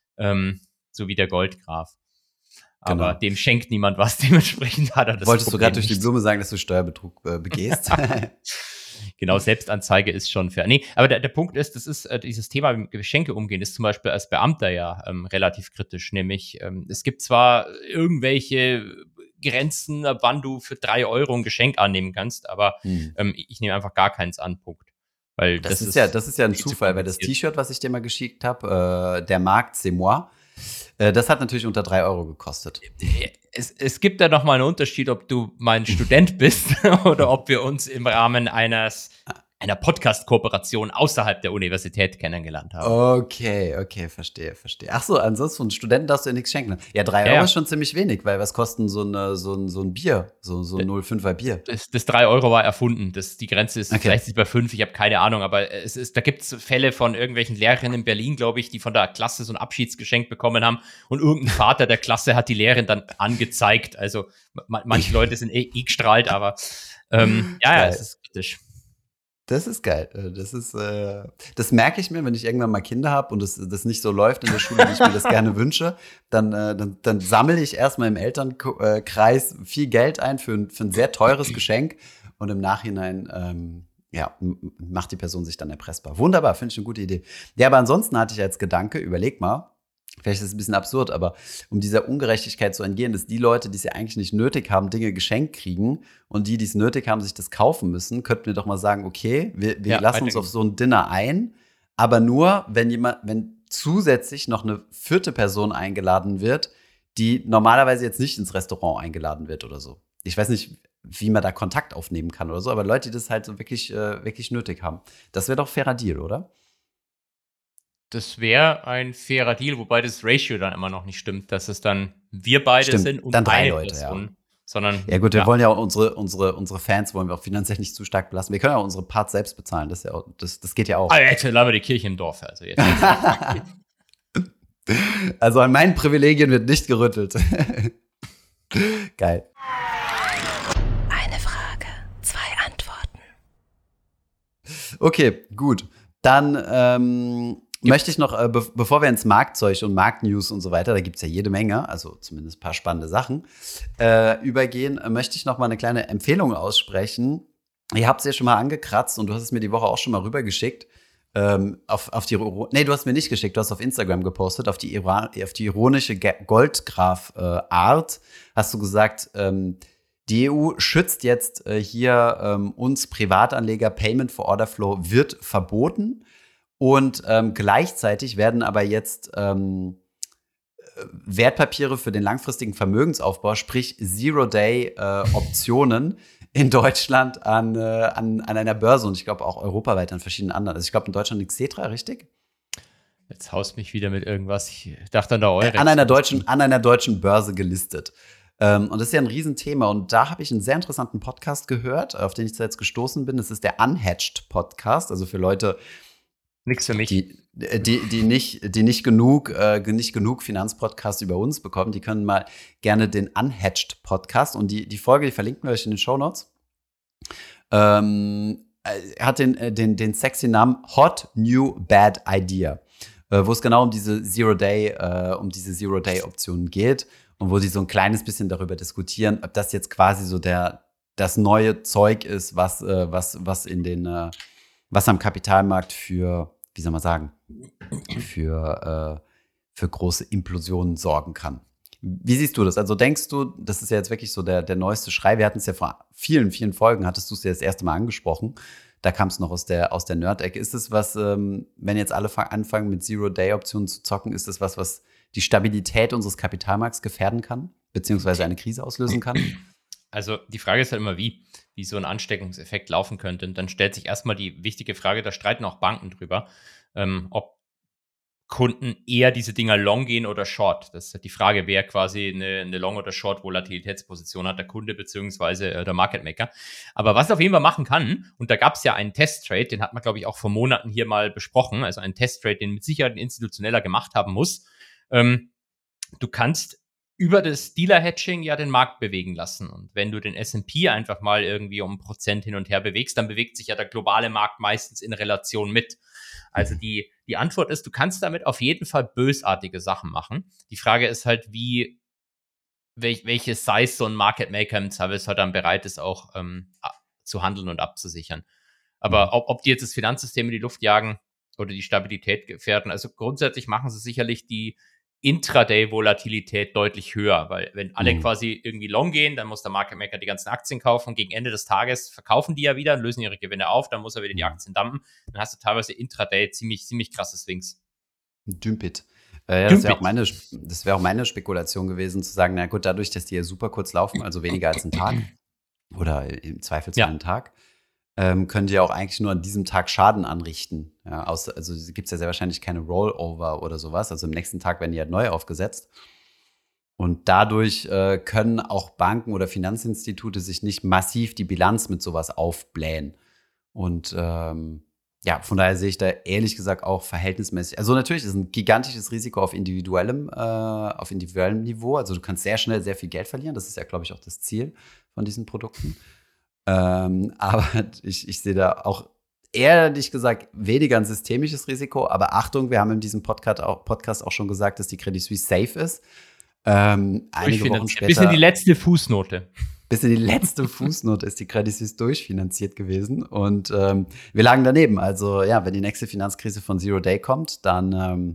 so wie der Goldgraf. Aber dem schenkt niemand was, dementsprechend hat er das Wolltest Problem du gerade durch nicht. die Blume sagen, dass du Steuerbetrug begehst? Genau, Selbstanzeige ist schon fair. Nee, aber der Punkt ist, das ist dieses Thema mit Geschenke umgehen, ist zum Beispiel als Beamter ja relativ kritisch. Nämlich, es gibt zwar irgendwelche Grenzen, ab wann du für 3 Euro ein Geschenk annehmen kannst, aber ich nehme einfach gar keins an, Punkt. Weil das ist ja ein Zufall, weil das T-Shirt, was ich dir mal geschickt habe, der Markt, c'est moi, das hat natürlich unter 3 Euro gekostet. Es gibt da nochmal einen Unterschied, ob du mein Student bist oder ob wir uns im Rahmen eines einer Podcast-Kooperation außerhalb der Universität kennengelernt habe. Okay, verstehe. Ach so, ansonsten von Studenten darfst du ja nichts schenken. Ja, 3 Euro ist schon ziemlich wenig, weil was kosten so ein Bier, so ein 0,5er Bier? Das 3 Euro war erfunden. Die Grenze ist vielleicht bei 5, ich habe keine Ahnung, aber da gibt es Fälle von irgendwelchen Lehrerinnen in Berlin, glaube ich, die von der Klasse so ein Abschiedsgeschenk bekommen haben und irgendein Vater der Klasse hat die Lehrerin dann angezeigt. Also manche Leute sind gestrahlt, aber es ist kritisch. Das ist geil. Das merke ich mir, wenn ich irgendwann mal Kinder habe und das nicht so läuft in der Schule, wie ich mir das gerne wünsche. Dann sammle ich erstmal im Elternkreis viel Geld ein für ein sehr teures Geschenk und im Nachhinein macht die Person sich dann erpressbar. Wunderbar, finde ich eine gute Idee. Ja, aber ansonsten hatte ich als Gedanke, überleg mal, vielleicht ist es ein bisschen absurd, aber um dieser Ungerechtigkeit zu entgehen, dass die Leute, die es ja eigentlich nicht nötig haben, Dinge geschenkt kriegen und die es nötig haben, sich das kaufen müssen, könnten wir doch mal sagen, okay, wir lassen uns auf so ein Dinner ein, aber nur, wenn zusätzlich noch eine 4. Person eingeladen wird, die normalerweise jetzt nicht ins Restaurant eingeladen wird oder so. Ich weiß nicht, wie man da Kontakt aufnehmen kann oder so, aber Leute, die das halt so wirklich nötig haben. Das wäre doch ein fairer Deal, oder? Das wäre ein fairer Deal, wobei das Ratio dann immer noch nicht stimmt, dass es dann wir beide sind und dann 3 eine Leute, Person. Sondern, ja gut, wir wollen ja auch unsere Fans wollen wir auch finanziell nicht zu stark belasten. Wir können ja auch unsere Parts selbst bezahlen, das geht ja auch. Jetzt lassen wir die Kirche im Dorf. Also, jetzt. Also an meinen Privilegien wird nicht gerüttelt. Geil. Eine Frage, 2 Antworten. Okay, gut. Dann möchte ich noch, bevor wir ins Marktzeug und Marktnews und so weiter, da gibt es ja jede Menge, also zumindest ein paar spannende Sachen, übergehen, möchte ich noch mal eine kleine Empfehlung aussprechen. Ihr habt es ja schon mal angekratzt und du hast es mir die Woche auch schon mal rübergeschickt. Du hast mir nicht geschickt, du hast auf Instagram gepostet, auf die ironische Goldgraf-Art hast du gesagt, die EU schützt jetzt hier uns Privatanleger, Payment for Order Flow wird verboten. Und gleichzeitig werden aber jetzt Wertpapiere für den langfristigen Vermögensaufbau, sprich Zero-Day-Optionen in Deutschland an einer Börse und ich glaube auch europaweit an verschiedenen anderen. Also ich glaube in Deutschland Xetra, richtig? Jetzt haust mich wieder mit irgendwas. Ich dachte an der Eurex. An einer deutschen Börse gelistet. Und das ist ja ein Riesenthema. Und da habe ich einen sehr interessanten Podcast gehört, auf den ich jetzt gestoßen bin. Das ist der Unhatched Podcast. Also für Leute, nichts für mich. Die nicht genug Finanzpodcasts über uns bekommen, die können mal gerne den Unhatched Podcast und die Folge, die verlinken wir euch in den Shownotes, hat den sexy Namen Hot New Bad Idea, wo es genau um diese Zero-Day-Optionen geht und wo sie so ein kleines bisschen darüber diskutieren, ob das jetzt quasi so das neue Zeug ist, was am Kapitalmarkt für, wie soll man sagen, für große Implosionen sorgen kann. Wie siehst du das? Also denkst du, das ist ja jetzt wirklich so der neueste Schrei, wir hatten es ja vor vielen, vielen Folgen, hattest du es ja das erste Mal angesprochen, da kam es noch aus der Nerd-Ecke. Ist es was, wenn jetzt alle anfangen mit Zero-Day-Optionen zu zocken, ist das was die Stabilität unseres Kapitalmarkts gefährden kann, beziehungsweise eine Krise auslösen kann? Also die Frage ist halt immer, wie so ein Ansteckungseffekt laufen könnte. Und dann stellt sich erstmal die wichtige Frage, da streiten auch Banken drüber, ob Kunden eher diese Dinger long gehen oder short. Das ist halt die Frage, wer quasi eine Long- oder Short-Volatilitätsposition hat, der Kunde beziehungsweise der Market Maker. Aber was er auf jeden Fall machen kann, und da gab es ja einen Testtrade, den hat man, glaube ich, auch vor Monaten hier mal besprochen, also einen Testtrade, den mit Sicherheit ein Institutioneller gemacht haben muss. Du kannst über das Dealer-Hedging ja den Markt bewegen lassen. Und wenn du den S&P einfach mal irgendwie um 1% hin und her bewegst, dann bewegt sich ja der globale Markt meistens in Relation mit. Also die Antwort ist, du kannst damit auf jeden Fall bösartige Sachen machen. Die Frage ist halt, welche Size so ein Market Maker im Service halt dann bereit ist, auch zu handeln und abzusichern. Aber ob die jetzt das Finanzsystem in die Luft jagen oder die Stabilität gefährden, also grundsätzlich machen sie sicherlich die Intraday-Volatilität deutlich höher, weil wenn alle quasi irgendwie long gehen, dann muss der Market Maker die ganzen Aktien kaufen. Gegen Ende des Tages verkaufen die ja wieder, lösen ihre Gewinne auf, dann muss er wieder die Aktien dumpen. Dann hast du teilweise Intraday ziemlich krasse Swings. Dümpit. Das wäre auch meine Spekulation gewesen, zu sagen, na gut, dadurch, dass die ja super kurz laufen, also weniger als einen Tag oder im Zweifelsfall einen Tag, können die ja auch eigentlich nur an diesem Tag Schaden anrichten. Ja, also gibt es ja sehr wahrscheinlich keine Rollover oder sowas. Also am nächsten Tag werden die halt neu aufgesetzt. Und dadurch können auch Banken oder Finanzinstitute sich nicht massiv die Bilanz mit sowas aufblähen. Und ja, von daher sehe ich da ehrlich gesagt auch verhältnismäßig. Also natürlich ist ein gigantisches Risiko auf individuellem Niveau. Also du kannst sehr schnell sehr viel Geld verlieren. Das ist ja, glaube ich, auch das Ziel von diesen Produkten. Aber ich sehe da auch ehrlich gesagt weniger ein systemisches Risiko. Aber Achtung, wir haben in diesem Podcast auch schon gesagt, dass die Credit Suisse safe ist. Einige Wochen später. Bis in die letzte Fußnote. Bis in die letzte Fußnote ist die Credit Suisse durchfinanziert gewesen. Und wir lagen daneben. Also ja, wenn die nächste Finanzkrise von Zero Day kommt, dann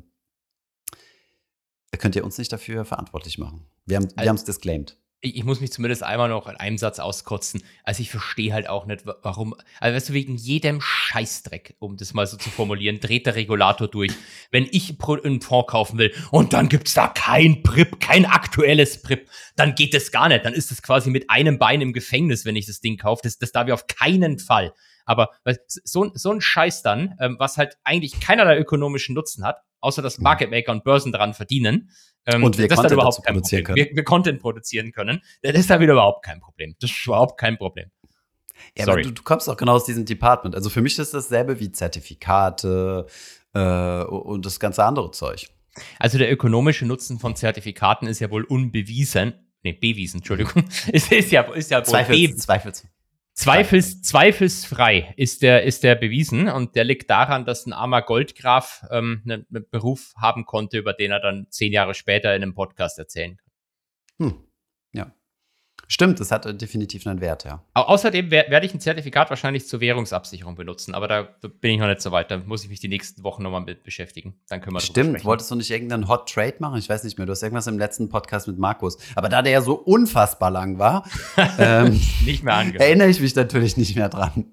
könnt ihr uns nicht dafür verantwortlich machen. Wir haben es disclaimed. Ich muss mich zumindest einmal noch in einem Satz auskotzen. Also ich verstehe halt auch nicht, warum, also weißt du, wegen jedem Scheißdreck, um das mal so zu formulieren, dreht der Regulator durch. Wenn ich einen Fonds kaufen will und dann gibt's da kein PRIP, kein aktuelles PRIP, dann geht das gar nicht. Dann ist das quasi mit einem Bein im Gefängnis, wenn ich das Ding kaufe. Das darf ich auf keinen Fall. Aber so ein Scheiß dann, was halt eigentlich keinerlei ökonomischen Nutzen hat, außer dass Market Maker und Börsen daran verdienen. Und wir Content dazu produzieren können. Wir Content produzieren können. Das ist da wieder überhaupt kein Problem. Das ist überhaupt kein Problem. Ja, aber du kommst auch genau aus diesem Department. Also für mich ist das dasselbe wie Zertifikate und das ganze andere Zeug. Also der ökonomische Nutzen von Zertifikaten ist ja wohl unbewiesen. Bewiesen, Entschuldigung. ist ja wohl Zweifelsfrei ist der bewiesen, und der liegt daran, dass ein armer Goldgraf einen Beruf haben konnte, über den er dann 10 Jahre später in einem Podcast erzählen kann. Ja. Stimmt, das hat definitiv einen Wert, ja. Außerdem werde ich ein Zertifikat wahrscheinlich zur Währungsabsicherung benutzen, aber da bin ich noch nicht so weit. Da muss ich mich die nächsten Wochen nochmal mit beschäftigen. Dann können wir Stimmt, wolltest du nicht irgendeinen Hot Trade machen? Ich weiß nicht mehr, du hast irgendwas im letzten Podcast mit Markus. Aber da der ja so unfassbar lang war, nicht mehr angehört. Erinnere ich mich natürlich nicht mehr dran.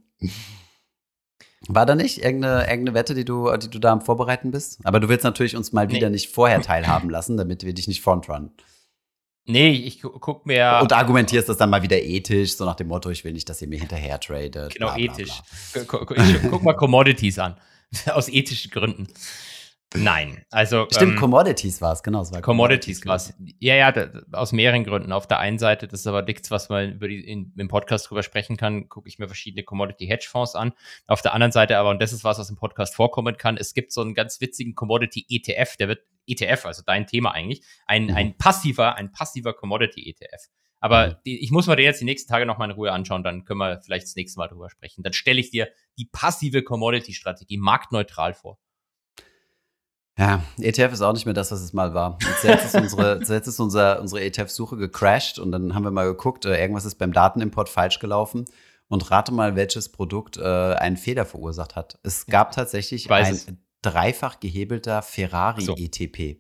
War da nicht irgendeine Wette, die du da am Vorbereiten bist? Aber du willst natürlich uns mal wieder nicht vorher teilhaben lassen, damit wir dich nicht frontrunnen. Nee, ich guck mir. Und argumentierst das dann mal wieder ethisch, so nach dem Motto, ich will nicht, dass ihr mir hinterher tradet. Genau, bla, bla, ethisch. Ich guck mal Commodities an. Aus ethischen Gründen. Nein, also. Stimmt, Commodities war es, genau. Commodities war es. Ja, aus mehreren Gründen. Auf der einen Seite, das ist aber nichts, was man im Podcast drüber sprechen kann, gucke ich mir verschiedene Commodity-Hedgefonds an. Auf der anderen Seite aber, und das ist was im Podcast vorkommen kann, es gibt so einen ganz witzigen Commodity-ETF, der wird ETF, also dein Thema eigentlich, ein passiver Commodity-ETF. Aber ich muss mir den jetzt die nächsten Tage noch mal in Ruhe anschauen, dann können wir vielleicht das nächste Mal drüber sprechen. Dann stelle ich dir die passive Commodity-Strategie marktneutral vor. Ja, ETF ist auch nicht mehr das, was es mal war. Jetzt ist unsere ETF-Suche gecrashed und dann haben wir mal geguckt, irgendwas ist beim Datenimport falsch gelaufen. Und rate mal, welches Produkt einen Fehler verursacht hat. Es gab tatsächlich ein dreifach gehebelter Ferrari-ETP.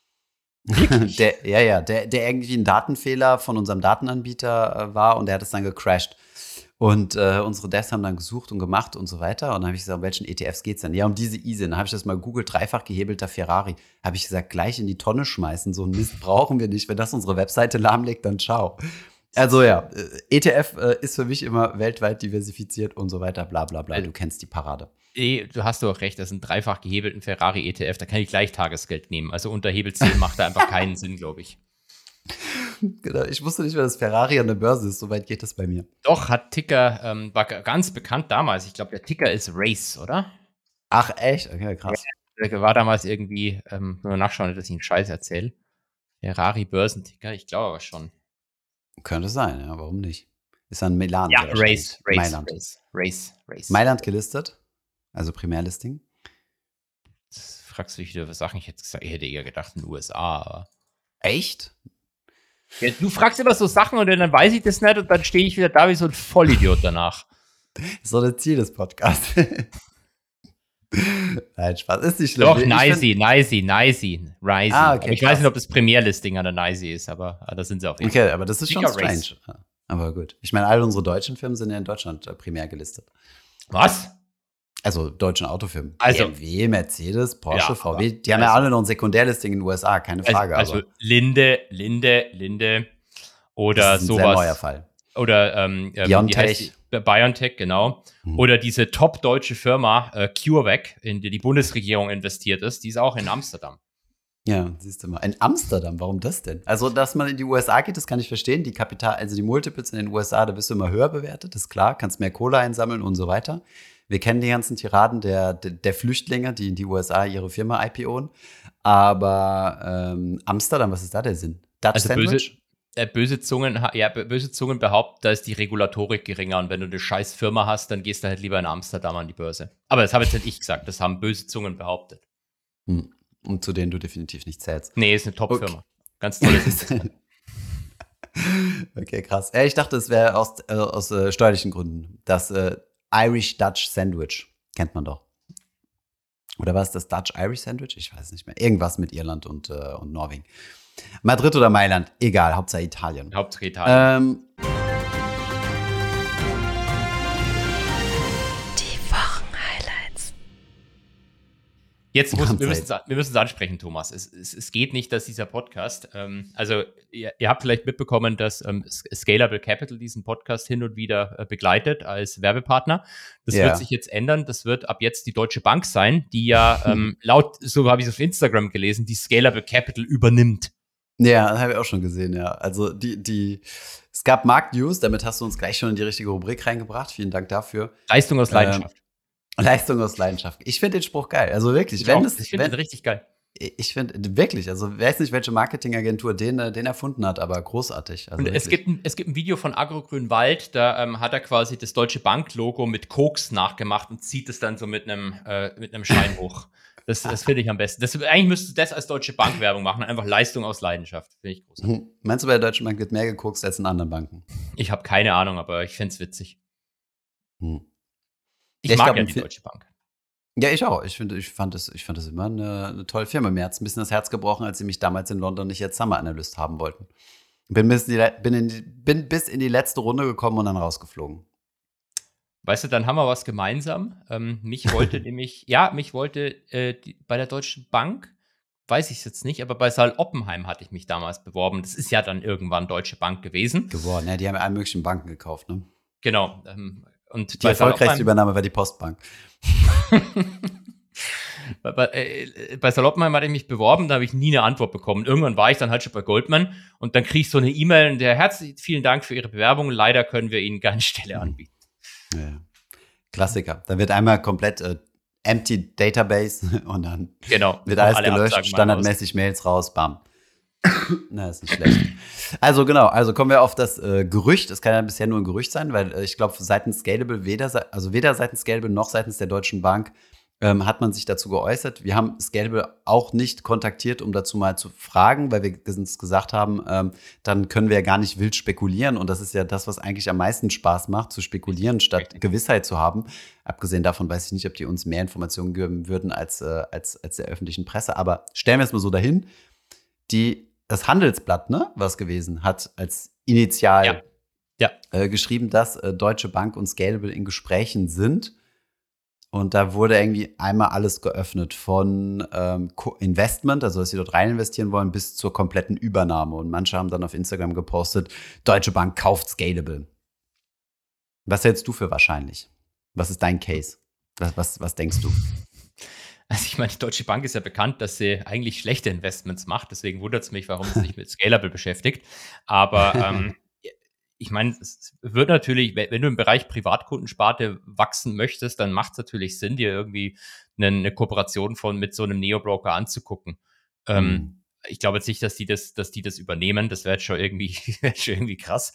Der irgendwie ein Datenfehler von unserem Datenanbieter war, und der hat es dann gecrashed. Und unsere Devs haben dann gesucht und gemacht und so weiter. Und dann habe ich gesagt, um welchen ETFs geht's denn? Ja, um diese ISIN. Dann habe ich das mal gegoogelt, dreifach gehebelter Ferrari. Habe ich gesagt, gleich in die Tonne schmeißen. So einen Mist brauchen wir nicht. Wenn das unsere Webseite lahmlegt, dann ciao. Also ja, ETF ist für mich immer weltweit diversifiziert und so weiter, bla bla bla. Du kennst die Parade. Du hast doch recht, das ist ein dreifach gehebelten Ferrari-ETF. Da kann ich gleich Tagesgeld nehmen. Also unter Hebel 10 macht da einfach keinen Sinn, glaube ich. Genau, ich wusste nicht mehr, dass Ferrari an der Börse ist. So weit geht das bei mir. Doch, hat Ticker, war ganz bekannt damals. Ich glaube, der Ticker ist Race, oder? Ach, echt? Okay, krass. Ja, der war damals irgendwie, nur nachschauen, dass ich einen Scheiß erzähle. Ferrari-Börsenticker, ich glaube aber schon. Könnte sein, ja, warum nicht? Ist ein Milan. Ja, Race. Mailand gelistet? Also Primärlisting? Das fragst du dich wieder, was Sachen ich hätte eher gedacht in den USA, aber. Echt? Ja, du fragst immer so Sachen und dann weiß ich das nicht und dann stehe ich wieder da wie so ein Vollidiot danach. Das ist doch das Ziel des Podcasts. Nein, Spaß, ist nicht schlimm. Doch, Nicey. Okay, ich weiß nicht, ob das Primärlisting an der Nicey ist, aber da sind sie auf jeden Fall. Okay, aber das ist schon strange. Aber gut. Ich meine, all unsere deutschen Firmen sind ja in Deutschland primär gelistet. Was? Also deutschen Autofirmen. Also BMW, Mercedes, Porsche, VW, die haben ja alle noch ein Sekundärlisting in den USA, keine Frage. Also Linde oder das ist ein sowas. sehr neuer Fall. Oder BioNTech. BioNTech, genau. Oder diese top-deutsche Firma CureVac, in die die Bundesregierung investiert ist, die ist auch in Amsterdam. Ja, siehst du mal. In Amsterdam, warum das denn? Also, dass man in die USA geht, das kann ich verstehen. Also die Multiples in den USA, da bist du immer höher bewertet, das ist klar, kannst mehr Kohle einsammeln und so weiter. Wir kennen die ganzen Tiraden der Flüchtlinge, die in die USA ihre Firma IPOen. Aber Amsterdam, was ist da der Sinn? Dutch Also Sandwich? böse Zungen behaupten, da ist die Regulatorik geringer und wenn du eine scheiß Firma hast, dann gehst du halt lieber in Amsterdam an die Börse. Aber das habe jetzt nicht ich gesagt, das haben böse Zungen behauptet. Und zu denen du definitiv nicht zählst. Nee, ist eine Top-Firma. Ganz tolles. Okay, krass. Ich dachte, es wäre aus steuerlichen Gründen. Das Irish Dutch Sandwich kennt man doch. Oder war es das Dutch Irish Sandwich? Ich weiß nicht mehr. Irgendwas mit Irland und Norwegen. Madrid oder Mailand? Egal, Hauptsache Italien. Hauptsache Italien. Die Wochenhighlights. Jetzt wir müssen es ansprechen, Thomas. Es geht nicht, dass dieser Podcast, also ihr habt vielleicht mitbekommen, dass Scalable Capital diesen Podcast hin und wieder begleitet als Werbepartner. Das wird sich jetzt ändern. Das wird ab jetzt die Deutsche Bank sein, die ja laut, so habe ich es auf Instagram gelesen, die Scalable Capital übernimmt. Ja, das habe ich auch schon gesehen, ja. Also es gab Marktnews, damit hast du uns gleich schon in die richtige Rubrik reingebracht. Vielen Dank dafür. Leistung aus Leidenschaft. Leistung aus Leidenschaft. Ich finde den Spruch geil. Also wirklich. Ich finde den richtig geil. Ich finde wirklich, also ich weiß nicht, welche Marketingagentur den erfunden hat, aber großartig. Also und es gibt ein Video von Agrogrünwald, da hat er quasi das Deutsche Bank-Logo mit Koks nachgemacht und zieht es dann so mit einem Schein hoch. Das finde ich am besten. Eigentlich müsstest du das als Deutsche Bank Werbung machen, einfach Leistung aus Leidenschaft. Finde ich großartig. Meinst du, bei der Deutschen Bank wird mehr gekokst als in anderen Banken? Ich habe keine Ahnung, aber ich finde es witzig. Ich mag glaub, ja die Deutsche Bank. Ja, ich auch. Ich fand das immer eine tolle Firma. Mir hat es ein bisschen das Herz gebrochen, als sie mich damals in London nicht als Summer Analyst haben wollten. Bin bis in die letzte Runde gekommen und dann rausgeflogen. Weißt du, dann haben wir was gemeinsam. Mich wollte bei der Deutschen Bank, weiß ich es jetzt nicht, aber bei Saal Oppenheim hatte ich mich damals beworben. Das ist ja dann irgendwann Deutsche Bank gewesen. Geworden, ja, die haben ja alle möglichen Banken gekauft, ne? Genau. Und die erfolgreichste Übernahme war die Postbank. Bei Saal Oppenheim hatte ich mich beworben, da habe ich nie eine Antwort bekommen. Irgendwann war ich dann halt schon bei Goldman und dann kriege ich so eine E-Mail und vielen Dank für Ihre Bewerbung. Leider können wir Ihnen keine Stelle anbieten. Ja. Klassiker. Da wird einmal komplett empty Database und dann wird alles gelöscht, standardmäßig Mails raus, bam. Na, ist nicht schlecht. Also kommen wir auf das Gerücht. Es kann ja bisher nur ein Gerücht sein, weil ich glaube, seitens Scalable, weder seitens Scalable noch seitens der Deutschen Bank hat man sich dazu geäußert. Wir haben Scalable auch nicht kontaktiert, um dazu mal zu fragen, weil wir uns gesagt haben, dann können wir ja gar nicht wild spekulieren. Und das ist ja das, was eigentlich am meisten Spaß macht, zu spekulieren, statt Gewissheit zu haben. Abgesehen davon weiß ich nicht, ob die uns mehr Informationen geben würden als der öffentlichen Presse. Aber stellen wir es mal so dahin. Das Handelsblatt, ne, was gewesen, hat als Initial geschrieben, dass Deutsche Bank und Scalable in Gesprächen sind. Und da wurde irgendwie einmal alles geöffnet, von Investment, also dass sie dort rein investieren wollen, bis zur kompletten Übernahme. Und manche haben dann auf Instagram gepostet, Deutsche Bank kauft Scalable. Was hältst du für wahrscheinlich? Was ist dein Case? Was denkst du? Also ich meine, die Deutsche Bank ist ja bekannt, dass sie eigentlich schlechte Investments macht. Deswegen wundert es mich, warum sie sich mit Scalable beschäftigt. Aber ich meine, es wird natürlich, wenn du im Bereich Privatkundensparte wachsen möchtest, dann macht es natürlich Sinn, dir irgendwie eine Kooperation mit so einem Neo-Broker anzugucken. Ich glaube jetzt nicht, dass die das übernehmen. Das wäre jetzt schon irgendwie krass.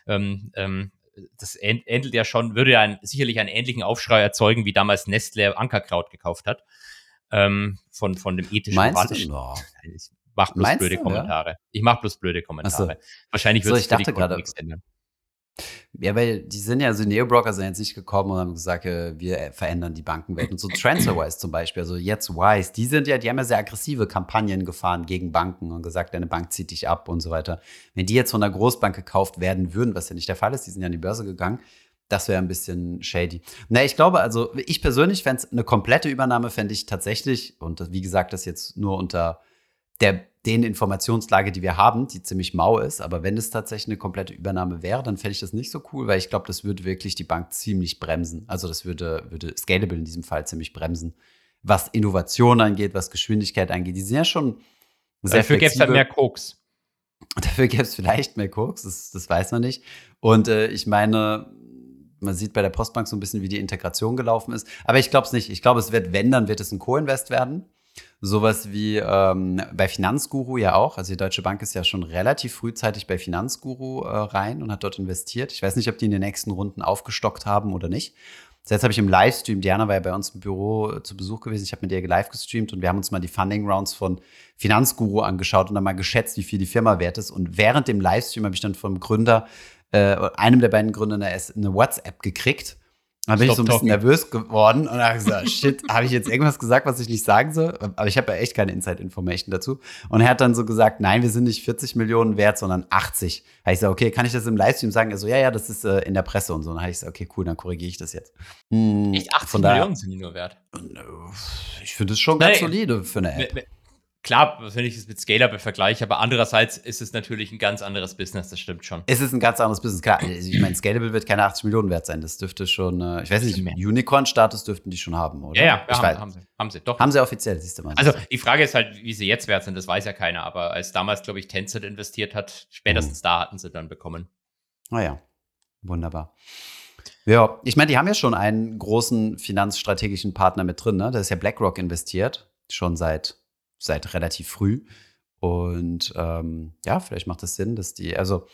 Das ähnelt ja schon, würde ja sicherlich einen ähnlichen Aufschrei erzeugen, wie damals Nestlé Ankerkraut gekauft hat. Von dem ethischen Meinst du? Ich mache bloß blöde Kommentare. Ja? Ich mache bloß blöde Kommentare. So. Wahrscheinlich wird es für die Kunden nichts ändern. Ja, weil die Neo-Broker sind jetzt nicht gekommen und haben gesagt, wir verändern die Bankenwelt. Und so TransferWise zum Beispiel, also jetzt Wise, die haben ja sehr aggressive Kampagnen gefahren gegen Banken und gesagt, deine Bank zieht dich ab und so weiter. Wenn die jetzt von einer Großbank gekauft werden würden, was ja nicht der Fall ist, die sind ja an die Börse gegangen, das wäre ein bisschen shady. Ich glaube, also ich persönlich fände es eine komplette Übernahme, fände ich tatsächlich, und wie gesagt, das jetzt nur unter den Informationslage, die wir haben, die ziemlich mau ist. Aber wenn es tatsächlich eine komplette Übernahme wäre, dann fände ich das nicht so cool, weil ich glaube, das würde wirklich die Bank ziemlich bremsen. Also das würde Scalable in diesem Fall ziemlich bremsen, was Innovation angeht, was Geschwindigkeit angeht. Die sind ja schon sehr Dafür gäbe es halt mehr Koks. Dafür gäbe es vielleicht mehr Koks, das weiß man nicht. Und ich meine, man sieht bei der Postbank so ein bisschen, wie die Integration gelaufen ist. Aber ich glaube es nicht. Ich glaube, es wird, wenn, dann wird es ein Co-Invest werden. Sowas wie bei Finanzguru ja auch. Also die Deutsche Bank ist ja schon relativ frühzeitig bei Finanzguru rein und hat dort investiert. Ich weiß nicht, ob die in den nächsten Runden aufgestockt haben oder nicht. Jetzt habe ich im Livestream, Diana war ja bei uns im Büro zu Besuch gewesen, ich habe mit ihr live gestreamt und wir haben uns mal die Funding Rounds von Finanzguru angeschaut und dann mal geschätzt, wie viel die Firma wert ist. Und während dem Livestream habe ich dann vom Gründer, einem der beiden Gründer, eine WhatsApp gekriegt. Dann bin ich so ein bisschen nervös geworden und habe gesagt, shit, habe ich jetzt irgendwas gesagt, was ich nicht sagen soll? Aber ich habe ja echt keine Inside-Information dazu. Und er hat dann so gesagt, nein, wir sind nicht 40 Millionen wert, sondern 80. Da habe ich gesagt, okay, kann ich das im Livestream sagen? Er so, ja, das ist in der Presse und so. Und dann habe ich gesagt, okay, cool, dann korrigiere ich das jetzt. Echt 80 Millionen sind die nur wert? Ich finde es schon ganz solide für eine App. Klar, wenn ich es mit Scalable vergleiche, aber andererseits ist es natürlich ein ganz anderes Business, das stimmt schon. Es ist ein ganz anderes Business, klar. Also ich meine, Scalable wird keine 80 Millionen wert sein. Das dürfte schon, ich weiß nicht, Unicorn-Status dürften die schon haben, oder? Ja, haben sie. Doch. Haben sie offiziell, siehst du mal. Also die Frage ist halt, wie sie jetzt wert sind, das weiß ja keiner. Aber als damals, glaube ich, Tencent investiert hat, spätestens da hatten sie dann bekommen. Ja, wunderbar. Ja, ich meine, die haben ja schon einen großen finanzstrategischen Partner mit drin, ne? Da ist ja BlackRock investiert, schon seit relativ früh. Und vielleicht macht es Sinn, dass die, also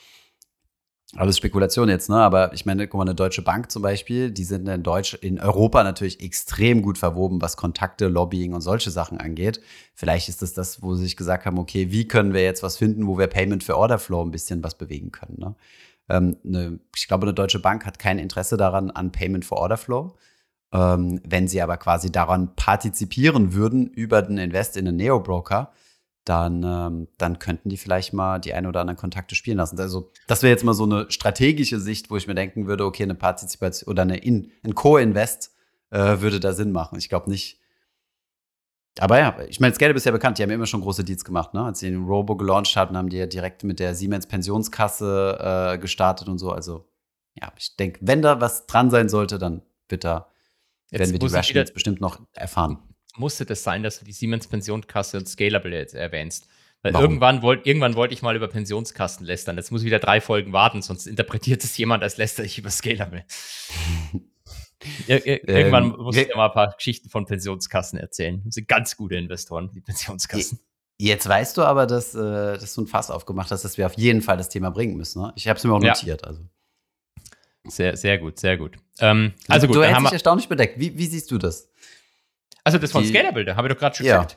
alles Spekulation jetzt, ne? Aber ich meine, guck mal, eine Deutsche Bank zum Beispiel, die sind in Europa natürlich extrem gut verwoben, was Kontakte, Lobbying und solche Sachen angeht. Vielleicht ist das, wo sie sich gesagt haben, okay, wie können wir jetzt was finden, wo wir Payment for Order Flow ein bisschen was bewegen können, ne? Ich glaube, eine Deutsche Bank hat kein Interesse daran an Payment for Order Flow. Wenn sie aber quasi daran partizipieren würden über den Invest in einen Neo-Broker, dann könnten die vielleicht mal die ein oder anderen Kontakte spielen lassen. Also das wäre jetzt mal so eine strategische Sicht, wo ich mir denken würde, okay, eine Partizipation oder ein Co-Invest würde da Sinn machen. Ich glaube nicht. Aber ja, ich meine, Scalable ist ja bekannt, die haben ja immer schon große Deals gemacht, ne? Als sie den Robo gelauncht hatten, haben die ja direkt mit der Siemens Pensionskasse gestartet und so. Also ja, ich denke, wenn da was dran sein sollte, dann werden wir die Rationals bestimmt noch erfahren. Musste das sein, dass du die Siemens Pensionskasse und Scalable jetzt erwähnst? Weil irgendwann wollte ich mal über Pensionskassen lästern. Jetzt muss ich wieder 3 Folgen warten, sonst interpretiert es jemand, als lästere ich über Scalable. Irgendwann muss ich ja mal ein paar Geschichten von Pensionskassen erzählen. Das sind ganz gute Investoren, die Pensionskassen. Jetzt weißt du aber, dass du ein Fass aufgemacht hast, dass wir auf jeden Fall das Thema bringen müssen. Ne? Ich habe es mir auch notiert. Also. Sehr, sehr gut, sehr gut. Also gut, du hältst dich erstaunlich bedeckt. Wie siehst du das? Also das von Scalable, da habe ich doch gerade schon gesagt.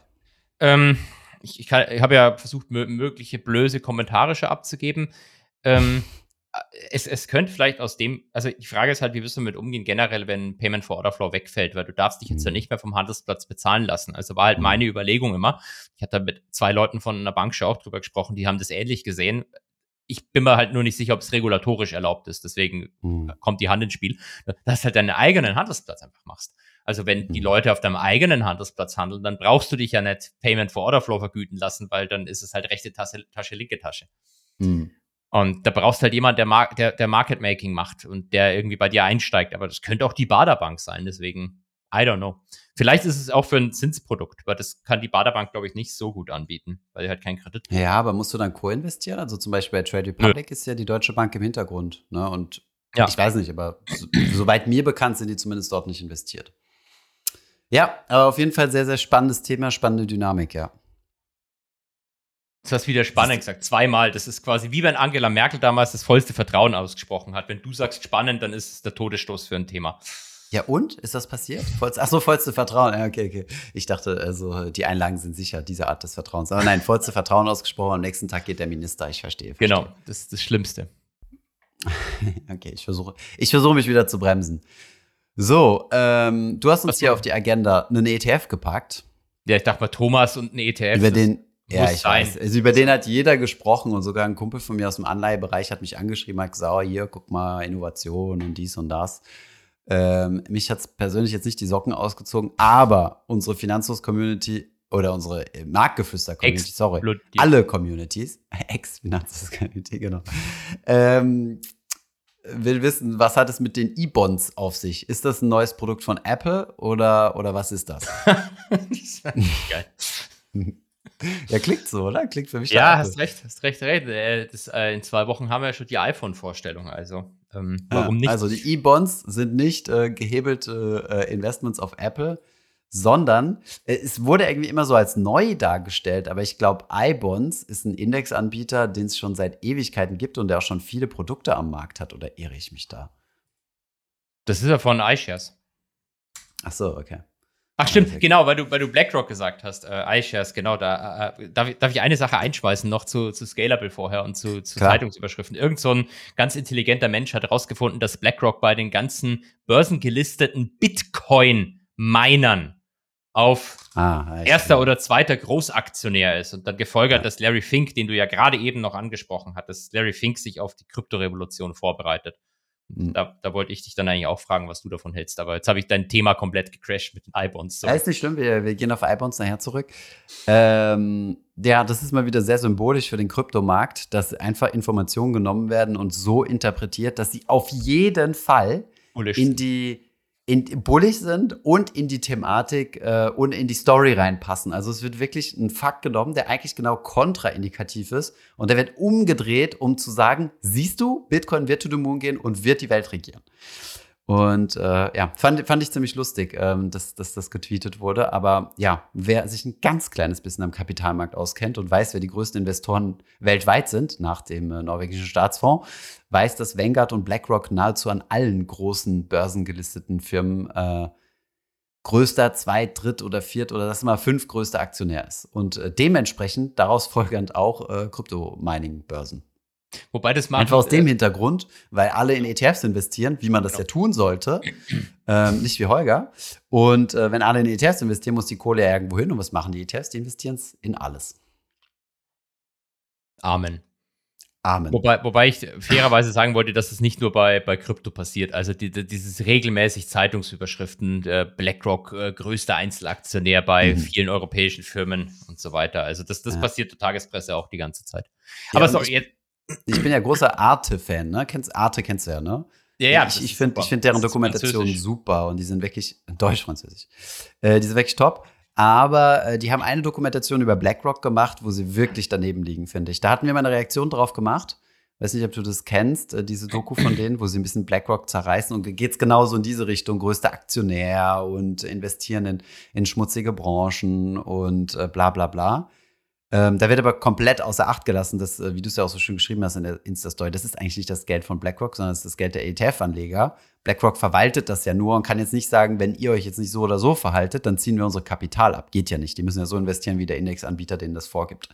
Ich habe ja versucht, mögliche blöse Kommentare abzugeben. Es könnte vielleicht aus dem, also die Frage ist halt, wie wirst du damit umgehen, generell, wenn Payment for Order Flow wegfällt, weil du darfst dich jetzt ja nicht mehr vom Handelsplatz bezahlen lassen. Also war halt meine Überlegung immer. Ich hatte mit 2 Leuten von einer Bank schon auch drüber gesprochen, die haben das ähnlich gesehen. Ich bin mir halt nur nicht sicher, ob es regulatorisch erlaubt ist. Deswegen kommt die Hand ins Spiel, dass du halt deinen eigenen Handelsplatz einfach machst. Also wenn die Leute auf deinem eigenen Handelsplatz handeln, dann brauchst du dich ja nicht Payment for Order Flow vergüten lassen, weil dann ist es halt rechte Tasche, linke Tasche. Und da brauchst du halt jemand, der Market Making macht und der irgendwie bei dir einsteigt. Aber das könnte auch die Baderbank sein. Deswegen, I don't know. Vielleicht ist es auch für ein Zinsprodukt, aber das kann die Baderbank, glaube ich, nicht so gut anbieten, weil sie halt keinen Kredit hat. Ja, aber musst du dann co-investieren? Also zum Beispiel bei Trade Republic ist ja die Deutsche Bank im Hintergrund. Ne? Und ich weiß nicht, aber soweit mir bekannt sind die zumindest dort nicht investiert. Ja, aber auf jeden Fall sehr, sehr spannendes Thema, spannende Dynamik, ja. Du hast wieder spannend gesagt, 2-mal. Das ist quasi wie wenn Angela Merkel damals das vollste Vertrauen ausgesprochen hat. Wenn du sagst spannend, dann ist es der Todesstoß für ein Thema. Ja, und? Ist das passiert? Vollste Vertrauen. Ja, okay. Ich dachte, also die Einlagen sind sicher, diese Art des Vertrauens. Aber nein, vollste Vertrauen ausgesprochen. Am nächsten Tag geht der Minister. Ich verstehe. Genau, das ist das Schlimmste. Okay, ich versuche mich wieder zu bremsen. So, du hast uns hier auf die Agenda einen ETF gepackt. Ja, ich dachte mal, Thomas und ein ETF. Über den, ja, ich weiß. Also über den hat jeder gesprochen und sogar ein Kumpel von mir aus dem Anleihebereich hat mich angeschrieben, hat gesagt, oh, hier, guck mal, Innovation und dies und das. Mich hat es persönlich jetzt nicht die Socken ausgezogen, aber unsere Finanzlos-Community oder unsere Marktgeflüster-Community, sorry, Explodiert. alle Communities, Ex-Finanzes-Community, genau, will wissen, was hat es mit den E-Bonds auf sich? Ist das ein neues Produkt von Apple oder was ist das? Das ist geil. Ja, klingt so, oder? Klingt für mich nach Ja, Apple. hast recht. In 2 Wochen haben wir ja schon die iPhone-Vorstellung, also warum nicht? Also die E-Bonds sind nicht gehebelte Investments auf Apple, sondern es wurde irgendwie immer so als neu dargestellt, aber ich glaube, iBonds ist ein Indexanbieter, den es schon seit Ewigkeiten gibt und der auch schon viele Produkte am Markt hat, oder irre ich mich da? Das ist ja von iShares. Ach so, okay. Ach stimmt, genau, weil du BlackRock gesagt hast, iShares, genau, darf ich eine Sache einschmeißen noch zu Scalable vorher und zu Klar. Zeitungsüberschriften. Irgend so ein ganz intelligenter Mensch hat herausgefunden, dass BlackRock bei den ganzen börsengelisteten Bitcoin-Minern auf erster oder zweiter Großaktionär ist und dann gefolgert, dass Larry Fink, den du ja gerade eben noch angesprochen hattest, Larry Fink sich auf die Kryptorevolution vorbereitet. Da wollte ich dich dann eigentlich auch fragen, was du davon hältst. Aber jetzt habe ich dein Thema komplett gecrashed mit den iBonds. Ja, ist nicht schlimm, wir gehen auf iBonds nachher zurück. Ja, das ist mal wieder sehr symbolisch für den Kryptomarkt, dass einfach Informationen genommen werden und so interpretiert, dass sie auf jeden Fall bullig sind und in die Thematik und in die Story reinpassen. Also es wird wirklich ein Fakt genommen, der eigentlich genau kontraindikativ ist und der wird umgedreht, um zu sagen, siehst du, Bitcoin wird to the moon gehen und wird die Welt regieren. Und fand ich ziemlich lustig, dass das getweetet wurde. Aber ja, wer sich ein ganz kleines bisschen am Kapitalmarkt auskennt und weiß, wer die größten Investoren weltweit sind, nach dem norwegischen Staatsfonds, weiß, dass Vanguard und BlackRock nahezu an allen großen börsengelisteten Firmen größter, zweit-, dritt- oder viert- oder das mal 5 größter Aktionär ist. Und dementsprechend daraus folgend auch Krypto-Mining-Börsen. Wobei das einfach aus dem Hintergrund, weil alle in ETFs investieren, wie man das ja tun sollte, nicht wie Holger. Und wenn alle in ETFs investieren, muss die Kohle ja irgendwo hin. Und was machen die ETFs? Die investieren es in alles. Amen. Wobei ich fairerweise sagen wollte, dass es nicht nur bei Krypto passiert. Also dieses regelmäßig Zeitungsüberschriften, BlackRock größter Einzelaktionär bei vielen europäischen Firmen und so weiter. Also das passiert der Tagespresse auch die ganze Zeit. Ja, aber sorry, jetzt. Ich bin ja großer Arte-Fan, ne? Arte kennst du ja, ne? Ja, ich finde deren Dokumentation super und die sind wirklich Deutsch-Französisch. Die sind wirklich top. Aber die haben eine Dokumentation über BlackRock gemacht, wo sie wirklich daneben liegen, finde ich. Da hatten wir mal eine Reaktion drauf gemacht. Weiß nicht, ob du das kennst, diese Doku von denen, wo sie ein bisschen BlackRock zerreißen. Und geht's genauso in diese Richtung, größter Aktionär und investieren in schmutzige Branchen und bla bla bla. Da wird aber komplett außer Acht gelassen, dass, wie du es ja auch so schön geschrieben hast in der Insta-Story, das ist eigentlich nicht das Geld von BlackRock, sondern das ist das Geld der ETF-Anleger. BlackRock verwaltet das ja nur und kann jetzt nicht sagen, wenn ihr euch jetzt nicht so oder so verhaltet, dann ziehen wir unser Kapital ab. Geht ja nicht. Die müssen ja so investieren, wie der Indexanbieter denen das vorgibt.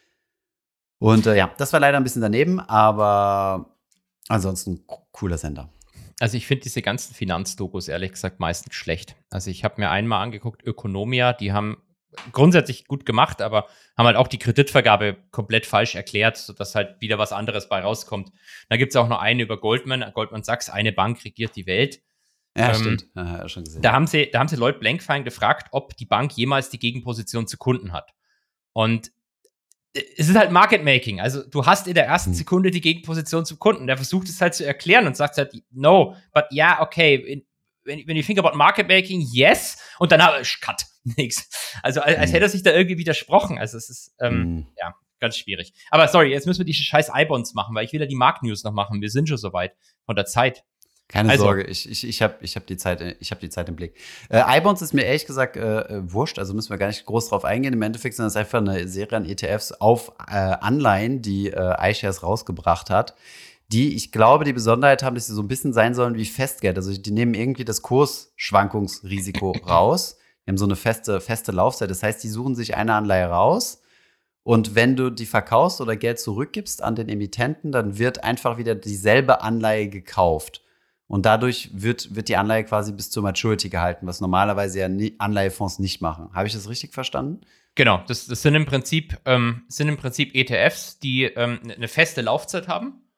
Und das war leider ein bisschen daneben, aber ansonsten cooler Sender. Also ich finde diese ganzen Finanzdokus ehrlich gesagt meistens schlecht. Also ich habe mir einmal angeguckt, Ökonomia, die haben grundsätzlich gut gemacht, aber haben halt auch die Kreditvergabe komplett falsch erklärt, sodass halt wieder was anderes bei rauskommt. Da gibt es auch noch eine über Goldman Sachs, eine Bank regiert die Welt. Ja, stimmt. Ja, schon gesehen. Da haben sie Lloyd Blankfein gefragt, ob die Bank jemals die Gegenposition zu Kunden hat. Und es ist halt Market Making. Also du hast in der ersten Sekunde die Gegenposition zum Kunden. Der versucht es halt zu erklären und sagt halt, no, but yeah, okay, when you think about Market Making, yes. Und dann Cut. Nix. Also als hätte er sich da irgendwie widersprochen. Also es ist, ganz schwierig. Aber sorry, jetzt müssen wir die scheiß iBonds machen, weil ich will ja die Marktnews noch machen. Wir sind schon soweit von der Zeit. Keine Sorge, ich hab die Zeit im Blick. iBonds ist mir ehrlich gesagt wurscht, also müssen wir gar nicht groß drauf eingehen. Im Endeffekt sind das einfach eine Serie an ETFs auf Anleihen, die iShares rausgebracht hat, die, ich glaube, die Besonderheit haben, dass sie so ein bisschen sein sollen wie Festgeld. Also die nehmen irgendwie das Kursschwankungsrisiko raus. Die haben so eine feste Laufzeit. Das heißt, die suchen sich eine Anleihe raus und wenn du die verkaufst oder Geld zurückgibst an den Emittenten, dann wird einfach wieder dieselbe Anleihe gekauft. Und dadurch wird die Anleihe quasi bis zur Maturity gehalten, was normalerweise ja Anleihefonds nicht machen. Habe ich das richtig verstanden? Genau, das sind im Prinzip ETFs, die eine feste Laufzeit haben.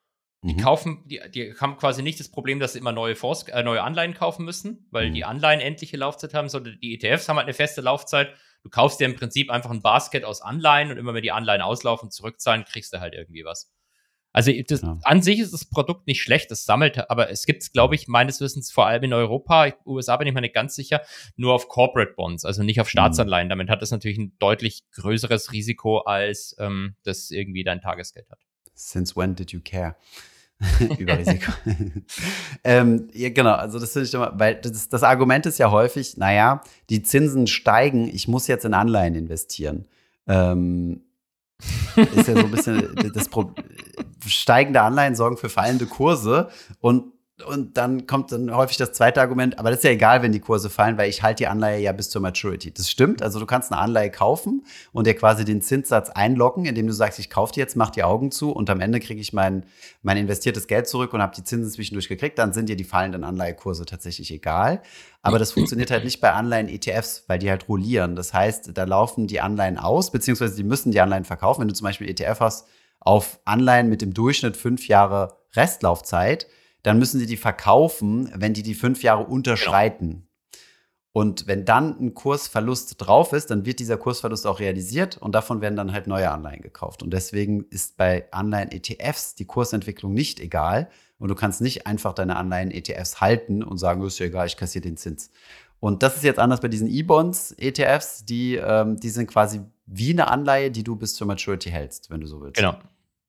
Die haben quasi nicht das Problem, dass sie immer neue Anleihen kaufen müssen, weil die Anleihen endliche Laufzeit haben, sondern die ETFs haben halt eine feste Laufzeit. Du kaufst dir im Prinzip einfach ein Basket aus Anleihen und immer wenn die Anleihen auslaufen, zurückzahlen, kriegst du halt irgendwie was. Also an sich ist das Produkt nicht schlecht, das sammelt, aber es gibt es, glaube ich, meines Wissens vor allem in Europa, USA bin ich mir nicht ganz sicher, nur auf Corporate Bonds, also nicht auf Staatsanleihen. Damit hat es natürlich ein deutlich größeres Risiko, als das irgendwie dein Tagesgeld hat. Since when did you care? Über Risiko. Ja, genau, also das finde ich immer, weil das Argument ist ja häufig, naja, die Zinsen steigen, ich muss jetzt in Anleihen investieren. Ist ja so ein bisschen das Problem. Steigende Anleihen sorgen für fallende Kurse und dann kommt dann häufig das zweite Argument, aber das ist ja egal, wenn die Kurse fallen, weil ich halte die Anleihe ja bis zur Maturity. Das stimmt, also du kannst eine Anleihe kaufen und dir quasi den Zinssatz einloggen, indem du sagst, ich kaufe die jetzt, mach die Augen zu und am Ende kriege ich mein investiertes Geld zurück und habe die Zinsen zwischendurch gekriegt, dann sind dir die fallenden Anleihekurse tatsächlich egal. Aber das funktioniert halt nicht bei Anleihen-ETFs, weil die halt rollieren. Das heißt, da laufen die Anleihen aus, beziehungsweise die müssen die Anleihen verkaufen. Wenn du zum Beispiel ETF hast auf Anleihen mit dem Durchschnitt 5 Jahre Restlaufzeit, dann müssen sie die verkaufen, wenn die 5 Jahre unterschreiten. Genau. Und wenn dann ein Kursverlust drauf ist, dann wird dieser Kursverlust auch realisiert und davon werden dann halt neue Anleihen gekauft. Und deswegen ist bei Anleihen-ETFs die Kursentwicklung nicht egal und du kannst nicht einfach deine Anleihen-ETFs halten und sagen, ist ja egal, ich kassiere den Zins. Und das ist jetzt anders bei diesen E-Bonds-ETFs, die sind quasi wie eine Anleihe, die du bis zur Maturity hältst, wenn du so willst. Genau.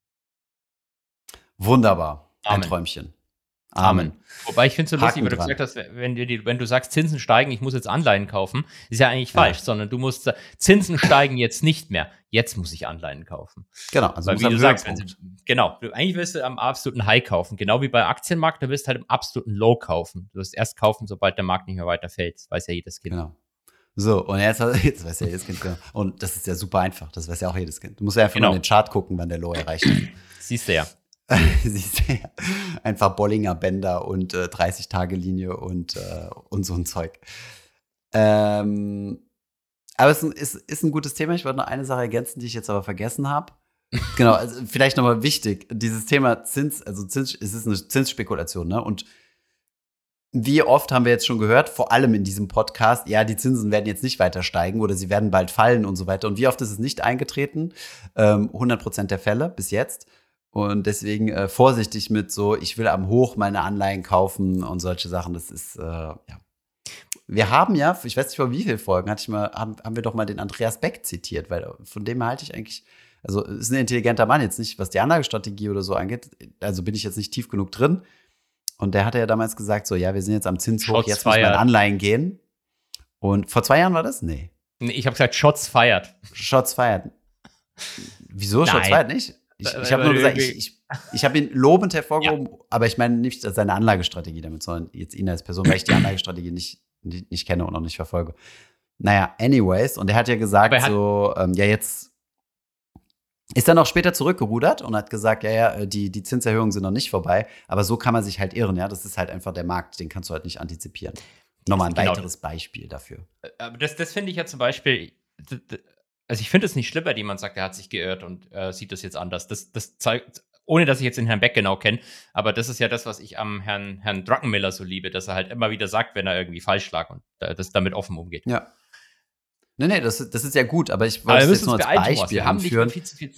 Wunderbar. Amen. Ein Träumchen. Amen. Wobei ich finde es so lustig, Haken weil du dran. gesagt hast, wenn du sagst, Zinsen steigen, ich muss jetzt Anleihen kaufen, ist ja eigentlich falsch, sondern du musst Zinsen steigen jetzt nicht mehr. Jetzt muss ich Anleihen kaufen. Genau, also weil wie du sagst, eigentlich willst du am absoluten High kaufen, genau wie bei Aktienmarkt, da willst du halt im absoluten Low kaufen. Du wirst erst kaufen, sobald der Markt nicht mehr weiter fällt. Das weiß ja jedes Kind. Genau. So, und jetzt weiß ja jedes Kind, genau. Und das ist ja super einfach, das weiß ja auch jedes Kind. Du musst ja einfach nur in den Chart gucken, wann der Low erreicht ist. Siehst du ja. Siehst du ja. Einfach Bollinger Bänder und 30-Tage-Linie und so ein Zeug. Aber es ist ein gutes Thema. Ich wollte noch eine Sache ergänzen, die ich jetzt aber vergessen habe. Genau, also vielleicht nochmal wichtig, dieses Thema Zins, es ist eine Zinsspekulation, ne? Und wie oft haben wir jetzt schon gehört, vor allem in diesem Podcast, ja, die Zinsen werden jetzt nicht weiter steigen oder sie werden bald fallen und so weiter. Und wie oft ist es nicht eingetreten? 100% der Fälle bis jetzt. Und deswegen vorsichtig mit so, ich will am Hoch meine Anleihen kaufen und solche Sachen. Das ist, ja. Wir haben ja, ich weiß nicht vor wie vielen Folgen, haben wir doch mal den Andreas Beck zitiert, weil von dem halte ich eigentlich, also ist ein intelligenter Mann, jetzt nicht, was die Anlagestrategie oder so angeht. Also bin ich jetzt nicht tief genug drin. Und der hatte ja damals gesagt, so, ja, wir sind jetzt am Zinshoch, jetzt müssen wir in Anleihen gehen. Und vor 2 Jahren war das? Nee, ich habe gesagt, Shots fired. Shots fired. Wieso? Nein. Shots fired nicht? Ich habe nur gesagt, ich habe ihn lobend hervorgehoben, aber ich meine nicht seine Anlagestrategie damit, sondern jetzt ihn als Person, weil ich die Anlagestrategie nicht kenne und auch nicht verfolge. Naja, anyways, und er hat ja gesagt, jetzt ist dann auch später zurückgerudert und hat gesagt, die Zinserhöhungen sind noch nicht vorbei, aber so kann man sich halt irren, ja, das ist halt einfach der Markt, den kannst du halt nicht antizipieren. Nochmal ein weiteres Beispiel dafür. Aber das finde ich ja zum Beispiel, also ich finde es nicht schlimm, wenn jemand sagt, er hat sich geirrt und sieht das jetzt anders. Das zeigt, ohne dass ich jetzt den Herrn Beck genau kenne, aber das ist ja das, was ich am Herrn Druckenmiller so liebe, dass er halt immer wieder sagt, wenn er irgendwie falsch lag und das damit offen umgeht. Ja. Nee, das ist ja gut, aber ich wollte es jetzt nur als Beispiel anführen.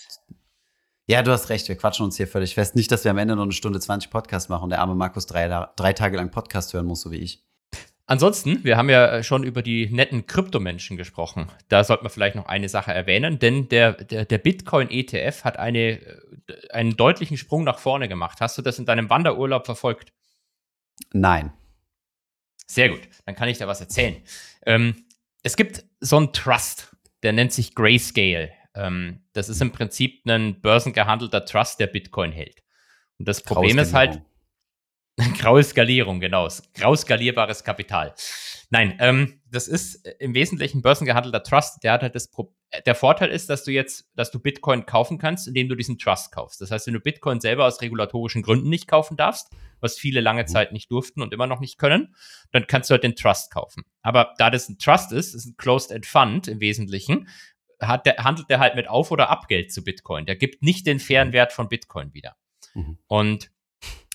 Ja, du hast recht, wir quatschen uns hier völlig fest. Nicht, dass wir am Ende noch 1:20 Podcast machen und der arme Markus 3 Tage lang Podcast hören muss, so wie ich. Ansonsten, wir haben ja schon über die netten Kryptomenschen gesprochen. Da sollte man vielleicht noch eine Sache erwähnen, denn der Bitcoin-ETF hat einen deutlichen Sprung nach vorne gemacht. Hast du das in deinem Wanderurlaub verfolgt? Nein. Sehr gut, dann kann ich da was erzählen. Es gibt so einen Trust, der nennt sich Grayscale. Das ist im Prinzip ein börsengehandelter Trust, der Bitcoin hält. Und das Problem ist halt, graue Skalierung, genau. Grau skalierbares Kapital. Nein, das ist im Wesentlichen börsengehandelter Trust. Der hat halt der Vorteil ist, dass du Bitcoin kaufen kannst, indem du diesen Trust kaufst. Das heißt, wenn du Bitcoin selber aus regulatorischen Gründen nicht kaufen darfst, was viele lange Zeit nicht durften und immer noch nicht können, dann kannst du halt den Trust kaufen. Aber da das ein Trust ist ein Closed-End Fund im Wesentlichen, handelt der halt mit Auf- oder Abgeld zu Bitcoin. Der gibt nicht den fairen Wert von Bitcoin wieder. Und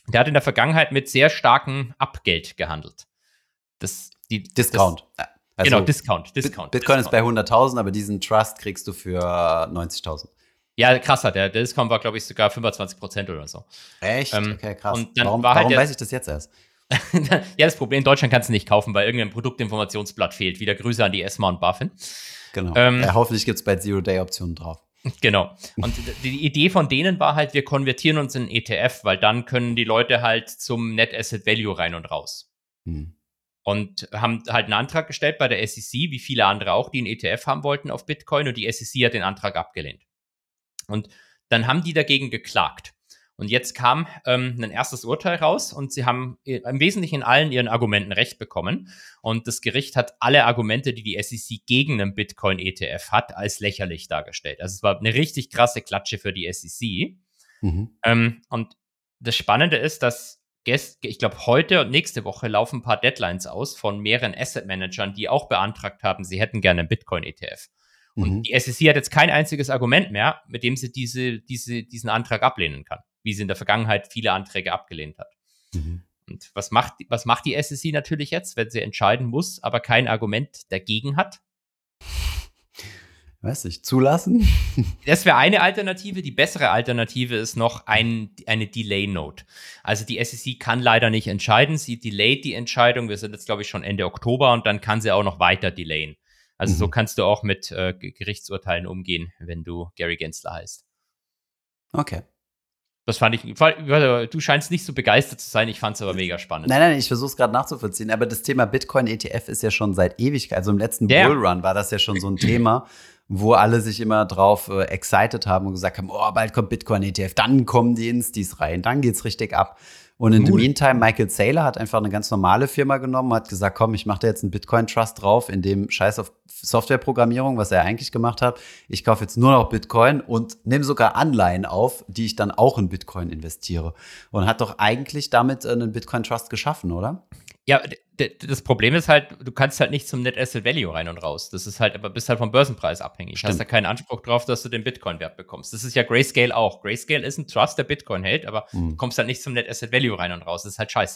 der hat in der Vergangenheit mit sehr starkem Abgeld gehandelt. Discount. Also genau, Discount. Bitcoin ist bei 100.000, aber diesen Trust kriegst du für 90.000. Ja, krasser. Der Discount war, glaube ich, sogar 25% oder so. Echt? Okay, krass. Und dann warum war halt weiß ich das jetzt erst? Ja, das Problem, in Deutschland kannst du nicht kaufen, weil irgendein Produktinformationsblatt fehlt. Wieder Grüße an die ESMA und BaFin. Genau. Hoffentlich gibt es bald Zero-Day-Optionen drauf. Genau. Und die Idee von denen war halt, wir konvertieren uns in ETF, weil dann können die Leute halt zum Net Asset Value rein und raus. Und haben halt einen Antrag gestellt bei der SEC, wie viele andere auch, die einen ETF haben wollten auf Bitcoin, und die SEC hat den Antrag abgelehnt. Und dann haben die dagegen geklagt. Und jetzt kam ein erstes Urteil raus und sie haben im Wesentlichen in allen ihren Argumenten Recht bekommen. Und das Gericht hat alle Argumente, die die SEC gegen einen Bitcoin-ETF hat, als lächerlich dargestellt. Also es war eine richtig krasse Klatsche für die SEC. Und das Spannende ist, dass ich glaube, heute und nächste Woche laufen ein paar Deadlines aus von mehreren Asset-Managern, die auch beantragt haben, sie hätten gerne einen Bitcoin-ETF. Und die SEC hat jetzt kein einziges Argument mehr, mit dem sie diesen Antrag ablehnen kann, wie sie in der Vergangenheit viele Anträge abgelehnt hat. Und was macht die SEC natürlich jetzt, wenn sie entscheiden muss, aber kein Argument dagegen hat? Weiß nicht, zulassen? Das wäre eine Alternative. Die bessere Alternative ist noch eine Delay-Note. Also die SEC kann leider nicht entscheiden. Sie delayt die Entscheidung. Wir sind jetzt, glaube ich, schon Ende Oktober, und dann kann sie auch noch weiter delayen. Also so kannst du auch mit Gerichtsurteilen umgehen, wenn du Gary Gensler heißt. Okay. Das fand ich, du scheinst nicht so begeistert zu sein, ich fand es aber mega spannend. Nein, ich versuche es gerade nachzuvollziehen, aber das Thema Bitcoin-ETF ist ja schon seit Ewigkeit, also im letzten Bullrun war das ja schon so ein Thema, wo alle sich immer drauf excited haben und gesagt haben, oh, bald kommt Bitcoin-ETF, dann kommen die Instis rein, dann geht's richtig ab. Und in the meantime, Michael Saylor hat einfach eine ganz normale Firma genommen, hat gesagt, komm, ich mache da jetzt einen Bitcoin-Trust drauf, in dem Scheiß auf Softwareprogrammierung, was er eigentlich gemacht hat. Ich kaufe jetzt nur noch Bitcoin und nehme sogar Anleihen auf, die ich dann auch in Bitcoin investiere. Und hat doch eigentlich damit einen Bitcoin-Trust geschaffen, oder? Ja, das Problem ist halt, du kannst halt nicht zum Net Asset Value rein und raus. Das ist halt, aber bist halt vom Börsenpreis abhängig. Du hast ja keinen Anspruch drauf, dass du den Bitcoin-Wert bekommst. Das ist ja Grayscale auch. Grayscale ist ein Trust, der Bitcoin hält, aber du kommst halt nicht zum Net Asset Value rein und raus. Das ist halt scheiße.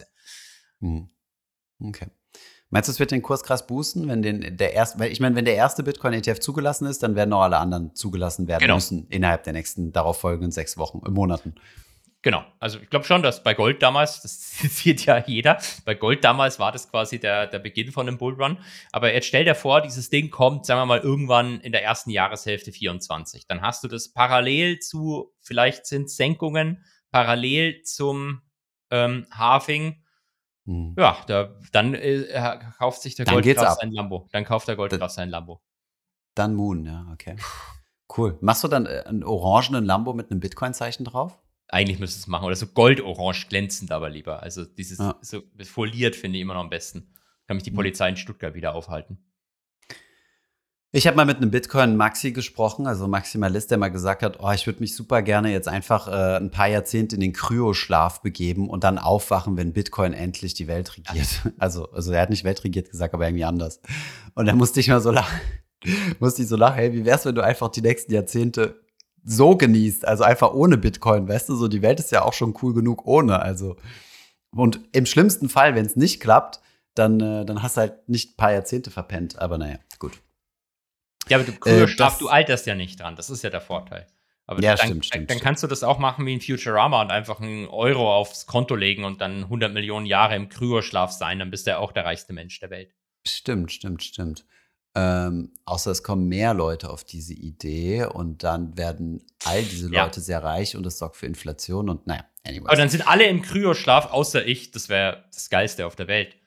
Okay. Meinst du, es wird den Kurs krass boosten, wenn wenn der erste Bitcoin-ETF zugelassen ist, dann werden auch alle anderen zugelassen werden müssen innerhalb der nächsten darauffolgenden 6 Wochen, Monaten. Genau, also ich glaube schon, dass bei Gold damals, das sieht ja jeder, bei Gold damals war das quasi der Beginn von einem Bullrun. Aber jetzt stell dir vor, dieses Ding kommt, sagen wir mal, irgendwann in der ersten Jahreshälfte 24. Dann hast du das parallel zu, vielleicht sind Senkungen, parallel zum Halving. Ja, dann kauft sich der Goldkraft sein Lambo. Dann kauft der Goldkraft sein Lambo. Dann Moon, ja, okay. Cool. Machst du dann einen orangenen Lambo mit einem Bitcoin-Zeichen drauf? Eigentlich müsstest du es machen. Oder so goldorange glänzend aber lieber. Also dieses so foliert finde ich immer noch am besten. Kann mich die Polizei in Stuttgart wieder aufhalten. Ich habe mal mit einem Bitcoin-Maxi gesprochen, also Maximalist, der mal gesagt hat, oh, ich würde mich super gerne jetzt einfach ein paar Jahrzehnte in den Kryoschlaf begeben und dann aufwachen, wenn Bitcoin endlich die Welt regiert. Also er hat nicht Welt regiert gesagt, aber irgendwie anders. Und da musste ich mal so lachen. Hey, wie wär's, wenn du einfach die nächsten Jahrzehnte so genießt, also einfach ohne Bitcoin, weißt du, so die Welt ist ja auch schon cool genug ohne, also und im schlimmsten Fall, wenn es nicht klappt, dann hast du halt nicht ein paar Jahrzehnte verpennt, aber naja, gut. Ja, aber du alterst ja nicht dran, das ist ja der Vorteil. Aber ja, dann kannst du das auch machen wie in Futurama und einfach einen Euro aufs Konto legen und dann 100 Millionen Jahre im Kryoschlaf sein, dann bist du ja auch der reichste Mensch der Welt. Stimmt. Außer es kommen mehr Leute auf diese Idee und dann werden all diese Leute sehr reich und das sorgt für Inflation und naja, anyways. Aber dann sind alle im Kryoschlaf, außer ich. Das wäre das Geilste auf der Welt.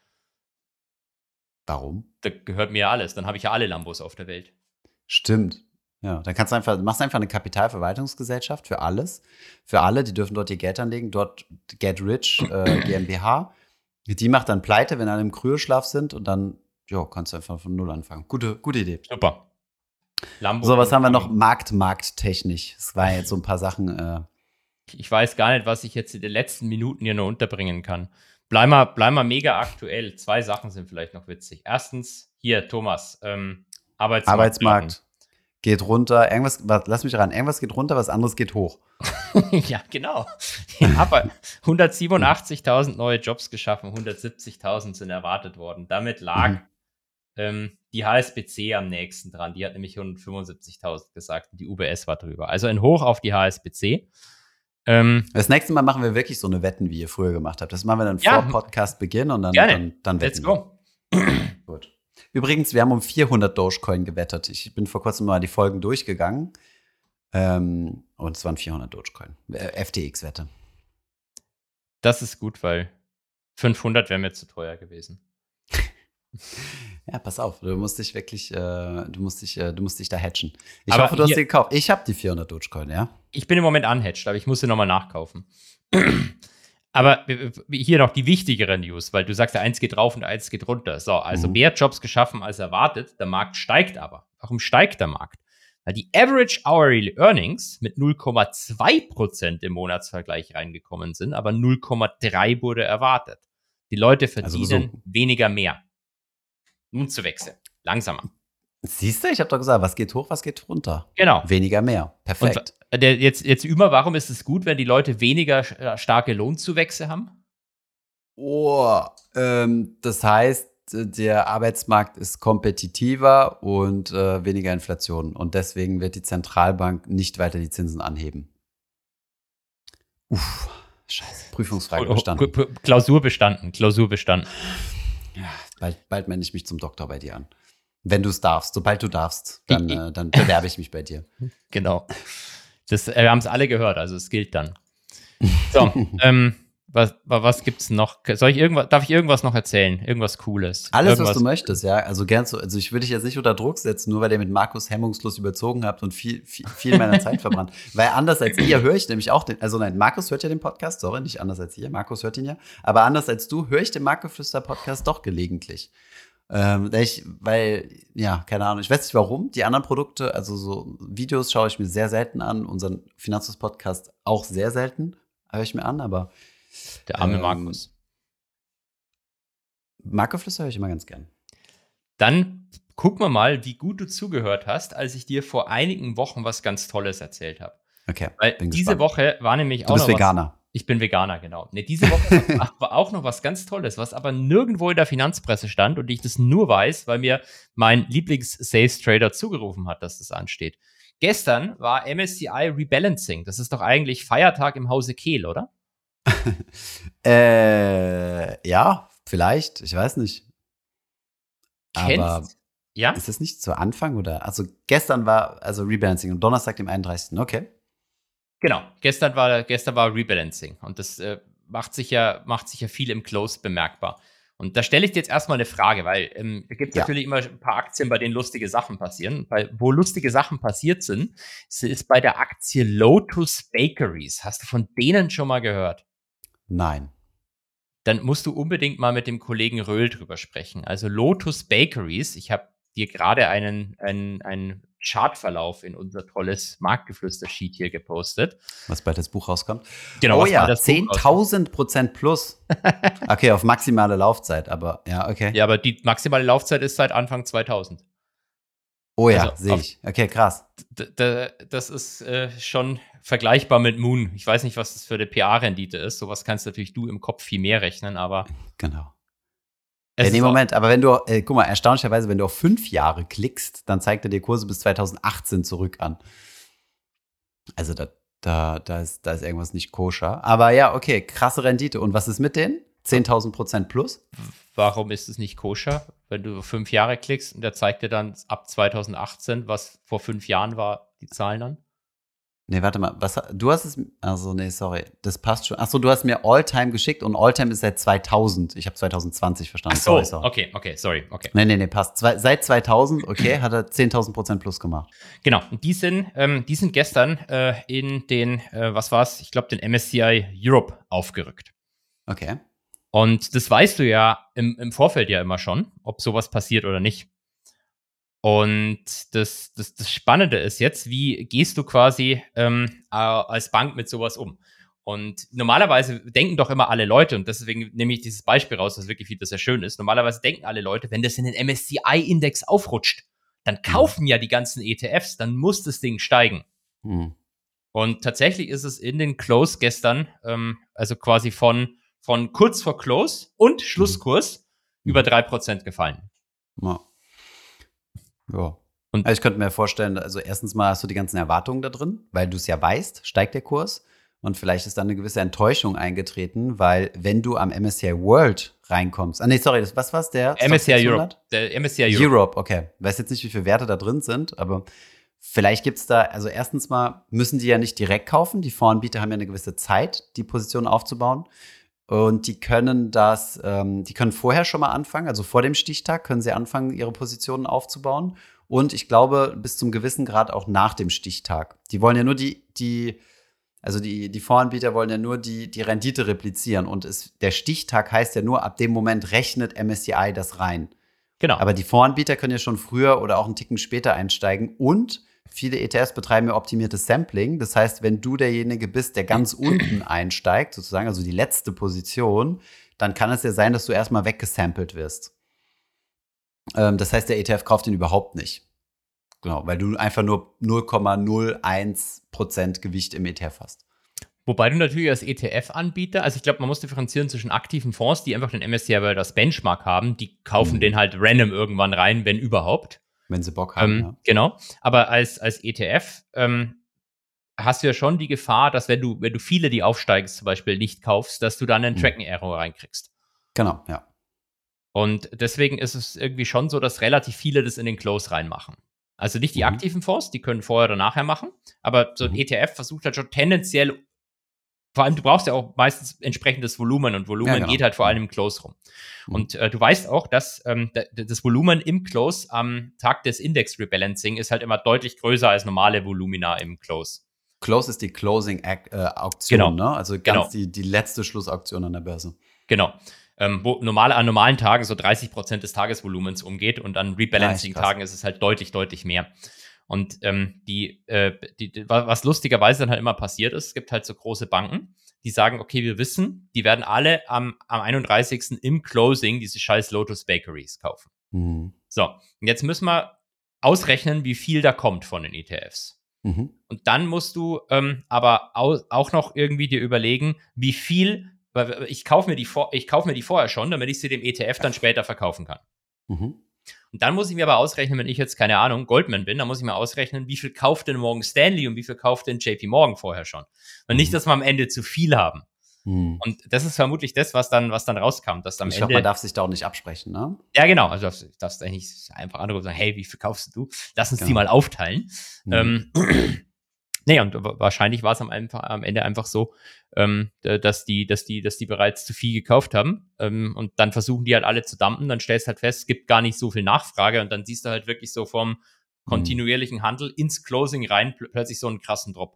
Warum? Da gehört mir ja alles. Dann habe ich ja alle Lambos auf der Welt. Stimmt. Ja, dann machst einfach eine Kapitalverwaltungsgesellschaft für alles. Für alle, die dürfen dort ihr Geld anlegen. Dort Get Rich GmbH. Die macht dann pleite, wenn alle im Kryoschlaf sind und dann kannst du einfach von Null anfangen. Gute Idee. Super. Lambo so, was haben wir noch markttechnisch? Das waren jetzt so ein paar Sachen. Ich weiß gar nicht, was ich jetzt in den letzten Minuten hier noch unterbringen kann. Bleib mal mega aktuell. 2 Sachen sind vielleicht noch witzig. Erstens, hier, Thomas, Arbeitsmarkt. geht runter, lass mich ran, irgendwas geht runter, was anderes geht hoch. Ja, genau. Ich habe 187.000 neue Jobs geschaffen, 170.000 sind erwartet worden. Damit lag die HSBC am nächsten dran. Die hat nämlich 175.000 gesagt und die UBS war drüber. Also ein Hoch auf die HSBC. Das nächste Mal machen wir wirklich so eine Wetten, wie ihr früher gemacht habt. Das machen wir dann vor Podcast-Beginn und dann wetten Let's wir. go. Gut. Übrigens, wir haben um 400 Dogecoin gewettet. Ich bin vor kurzem mal die Folgen durchgegangen. Und es waren 400 Dogecoin. FTX-Wette. Das ist gut, weil 500 wäre mir zu teuer gewesen. Ja, pass auf, du musst dich wirklich, du musst dich da hatchen. Ich Aber hoffe, du hast sie gekauft. Ich habe die 400 Dogecoin, ja. Ich bin im Moment unhatched, aber ich muss sie nochmal nachkaufen. Aber hier noch die wichtigere News, weil du sagst, der eins geht rauf und der eins geht runter. So, also mehr Jobs geschaffen als erwartet. Der Markt steigt aber. Warum steigt der Markt? Weil die Average Hourly Earnings mit 0,2% im Monatsvergleich reingekommen sind, aber 0,3 wurde erwartet. Die Leute verdienen weniger mehr. Nun zu wechseln. Langsamer. Siehst du, ich habe doch gesagt, was geht hoch, was geht runter. Genau. Weniger mehr. Perfekt. Und jetzt über, warum ist es gut, wenn die Leute weniger starke Lohnzuwächse haben? Das heißt, der Arbeitsmarkt ist kompetitiver und weniger Inflation. Und deswegen wird die Zentralbank nicht weiter die Zinsen anheben. Scheiße. Prüfungsfrage bestanden. Klausur bestanden. Ja, bald melde ich mich zum Doktor bei dir an. Wenn du es darfst. Sobald du darfst, dann bewerbe ich mich bei dir. Genau. Wir haben es alle gehört, also es gilt dann. So, was gibt's noch? Darf ich irgendwas noch erzählen? Irgendwas Cooles? Alles, was du möchtest, ja. Also gern so. Also ich würde dich jetzt nicht unter Druck setzen, nur weil ihr mit Markus hemmungslos überzogen habt und viel meiner Zeit verbrannt. Weil anders als ihr höre ich nämlich auch Markus hört ja den Podcast, sorry, nicht anders als ihr. Markus hört ihn ja. Aber anders als du höre ich den Marktgeflüster-Podcast doch gelegentlich. Keine Ahnung, ich weiß nicht warum. Die anderen Produkte, also so Videos schaue ich mir sehr selten an. Unseren Finanzfluss-Podcast auch sehr selten. Höre ich mir an, aber der arme Markus. Marktgeflüster höre ich immer ganz gern. Dann gucken wir mal, wie gut du zugehört hast, als ich dir vor einigen Wochen was ganz Tolles erzählt habe. Okay, weil diese Woche war nämlich auch noch Veganer. Ich bin Veganer, genau. Nee, diese Woche war auch noch was ganz Tolles, was aber nirgendwo in der Finanzpresse stand und ich das nur weiß, weil mir mein Lieblings-Sales-Trader zugerufen hat, dass das ansteht. Gestern war MSCI Rebalancing. Das ist doch eigentlich Feiertag im Hause Kehl, oder? Ja, vielleicht. Ich weiß nicht. Aber ja? Ist das nicht zu Anfang oder? Also gestern war Rebalancing und Donnerstag, dem 31. Okay. Genau, gestern war Rebalancing und das macht sich ja viel im Close bemerkbar. Und da stelle ich dir jetzt erstmal eine Frage, weil es gibt natürlich immer ein paar Aktien, bei denen lustige Sachen passieren. Wo lustige Sachen passiert sind, ist bei der Aktie Lotus Bakeries. Hast du von denen schon mal gehört? Nein. Dann musst du unbedingt mal mit dem Kollegen Röhl drüber sprechen. Also Lotus Bakeries, ich habe dir gerade einen Chartverlauf in unser tolles Marktgeflüster-Sheet hier gepostet. Was bald das Buch rauskommt. Genau, oh ja, 10.000% plus. Okay, auf maximale Laufzeit, aber ja, okay. Ja, aber die maximale Laufzeit ist seit Anfang 2000. Oh ja, sehe ich. Okay, krass. Das ist schon vergleichbar mit Moon. Ich weiß nicht, was das für eine PA-Rendite ist. Sowas kannst natürlich du im Kopf viel mehr rechnen, aber genau. Moment, aber wenn du, guck mal, erstaunlicherweise, wenn du auf 5 Jahre klickst, dann zeigt er dir Kurse bis 2018 zurück an. Also da ist irgendwas nicht koscher. Aber ja, okay, krasse Rendite. Und was ist mit denen? 10.000% plus? Warum ist es nicht koscher, wenn du 5 Jahre klickst und der zeigt dir dann ab 2018, was vor 5 Jahren war, die Zahlen an? Nee, warte mal, du hast es, also nee, sorry, das passt schon. Achso, du hast mir Alltime geschickt und Alltime ist seit 2000. Ich habe 2020 verstanden. Ach so, sorry. Okay, sorry. Nee, passt. Seit 2000, okay, hat er 10.000% plus gemacht. Genau, und die sind gestern in den, was war's? Ich glaube, den MSCI Europe aufgerückt. Okay. Und das weißt du ja im Vorfeld ja immer schon, ob sowas passiert oder nicht. Und das Spannende ist jetzt, wie gehst du quasi als Bank mit sowas um? Und normalerweise denken doch immer alle Leute, und deswegen nehme ich dieses Beispiel raus, das wirklich viel, das sehr schön ist. Normalerweise denken alle Leute, wenn das in den MSCI-Index aufrutscht, dann kaufen ja die ganzen ETFs, dann muss das Ding steigen. Mhm. Und tatsächlich ist es in den Close gestern, also quasi von kurz vor Close und Schlusskurs über 3% gefallen. Ja. Ja. Und Also ich könnte mir vorstellen, also erstens mal hast du die ganzen Erwartungen da drin, weil du es ja weißt, steigt der Kurs. Und vielleicht ist dann eine gewisse Enttäuschung eingetreten, weil wenn du am MSCI World reinkommst, was war's, der MSCI Stoxx Europe. 600? Der MSCI Europe. Europe, okay. Weiß jetzt nicht, wie viele Werte da drin sind, aber vielleicht gibt's da, also erstens mal müssen die ja nicht direkt kaufen. Die Fondsanbieter haben ja eine gewisse Zeit, die Position aufzubauen. Und die können die können vorher schon mal anfangen, also vor dem Stichtag können sie anfangen, ihre Positionen aufzubauen. Und ich glaube, bis zum gewissen Grad auch nach dem Stichtag. Die wollen ja nur die Fondsanbieter wollen ja nur die Rendite replizieren. Und der Stichtag heißt ja nur, ab dem Moment rechnet MSCI das rein. Genau. Aber die Fondsanbieter können ja schon früher oder auch einen Ticken später einsteigen. Und viele ETFs betreiben ja optimiertes Sampling. Das heißt, wenn du derjenige bist, der ganz unten einsteigt, sozusagen, also die letzte Position, dann kann es ja sein, dass du erstmal weggesampelt wirst. Das heißt, der ETF kauft ihn überhaupt nicht. Genau, weil du einfach nur 0,01% Gewicht im ETF hast. Wobei du natürlich als ETF-Anbieter, also ich glaube, man muss differenzieren zwischen aktiven Fonds, die einfach den MSCI World als Benchmark haben, die kaufen den halt random irgendwann rein, wenn überhaupt. Wenn sie Bock haben, ja. Genau, aber als ETF hast du ja schon die Gefahr, dass wenn du viele, die aufsteigen, zum Beispiel nicht kaufst, dass du dann einen Tracking-Error reinkriegst. Genau, ja. Und deswegen ist es irgendwie schon so, dass relativ viele das in den Close reinmachen. Also nicht die aktiven Fonds, die können vorher oder nachher machen, aber so ein ETF versucht halt schon tendenziell, vor allem du brauchst ja auch meistens entsprechendes Volumen und Volumen geht halt vor allem im Close rum. Und du weißt auch, dass das Volumen im Close am Tag des Index-Rebalancing ist halt immer deutlich größer als normale Volumina im Close. Close ist die Closing-Auktion, Genau. ne? Also ganz die letzte Schlussauktion an der Börse. Genau. Wo an normalen Tagen so 30% des Tagesvolumens umgeht und an Rebalancing-Tagen ist es halt deutlich, deutlich mehr. Und was lustigerweise dann halt immer passiert ist, es gibt halt so große Banken, die sagen, okay, wir wissen, die werden alle am 31. im Closing diese scheiß Lotus Bakeries kaufen. So, und jetzt müssen wir ausrechnen, wie viel da kommt von den ETFs. Und dann musst du aber auch noch irgendwie dir überlegen, wie viel, weil ich kaufe mir die vorher schon, damit ich sie dem ETF dann später verkaufen kann. Und dann muss ich mir aber ausrechnen, wenn ich jetzt, keine Ahnung, Goldman bin, dann muss ich mir ausrechnen, wie viel kauft denn Morgan Stanley und wie viel kauft denn JP Morgan vorher schon. Und nicht, dass wir am Ende zu viel haben. Und das ist vermutlich das, was dann rauskam, dass am Ende. Ich glaube, man darf sich da auch nicht absprechen, ne? Ja, genau. Also du darfst eigentlich einfach anrufen und sagen, hey, wie viel kaufst du? Lass uns die mal aufteilen. Nee, und wahrscheinlich war es am Ende einfach so, dass die bereits zu viel gekauft haben. Und dann versuchen die halt alle zu dumpen. Dann stellst du halt fest, es gibt gar nicht so viel Nachfrage. Und dann siehst du halt wirklich so vom kontinuierlichen Handel ins Closing rein plötzlich so einen krassen Drop.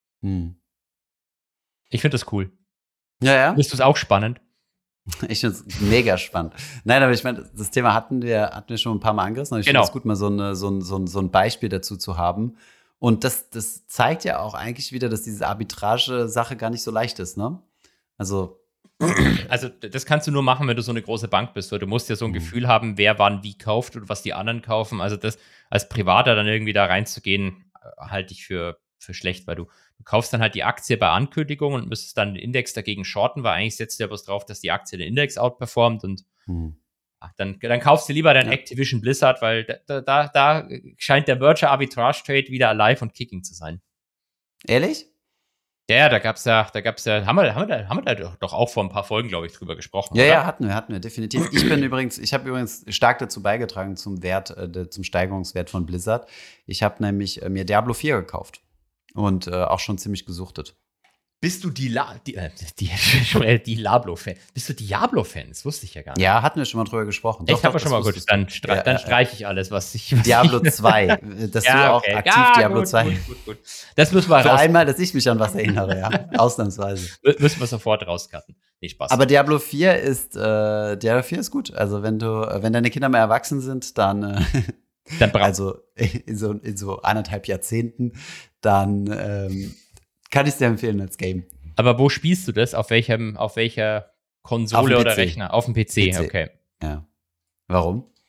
Ich finde das cool. Ja. Findest du es auch spannend? Ich finde es mega spannend. Nein, aber ich meine, das Thema hatten wir schon ein paar Mal angerissen. Ich finde es gut, mal so ein Beispiel dazu zu haben. Und das zeigt ja auch eigentlich wieder, dass diese Arbitrage-Sache gar nicht so leicht ist, ne? Also das kannst du nur machen, wenn du so eine große Bank bist. Weil du musst ja so ein Gefühl haben, wer wann wie kauft und was die anderen kaufen. Also das als Privater dann irgendwie da reinzugehen, halte ich für schlecht, weil du kaufst dann halt die Aktie bei Ankündigung und müsstest dann den Index dagegen shorten, weil eigentlich setzt du ja was drauf, dass die Aktie den Index outperformt und dann kaufst du lieber dein Activision Blizzard, weil da scheint der Merger Arbitrage Trade wieder alive und kicking zu sein. Ehrlich? Ja, da gab's ja, haben wir da doch auch vor ein paar Folgen, glaube ich, drüber gesprochen. Ja, oder? ja, hatten wir, definitiv. Ich habe übrigens stark dazu beigetragen zum Steigerungswert von Blizzard. Ich habe nämlich mir Diablo 4 gekauft und auch schon ziemlich gesuchtet. Bist du Diablo-Fan? Bist du Diablo-Fan? Das wusste ich ja gar nicht. Ja, hatten wir schon mal drüber gesprochen. Ich habe schon mal gut. Dann streiche ich alles, was ich. Diablo 2. Dass du auch aktiv Diablo 2. Gut. Das müssen wir Für einmal, dass ich mich an was erinnere, ja. Ausnahmsweise. Müssen wir sofort rauscutten. Nee, Spaß. Aber Diablo 4 ist gut. Also wenn deine Kinder mal erwachsen sind, dann also in so 1,5 Jahrzehnten, dann kann ich es dir empfehlen als Game. Aber wo spielst du das? Auf welcher Konsole oder Rechner? Auf dem PC, okay. Ja. Warum?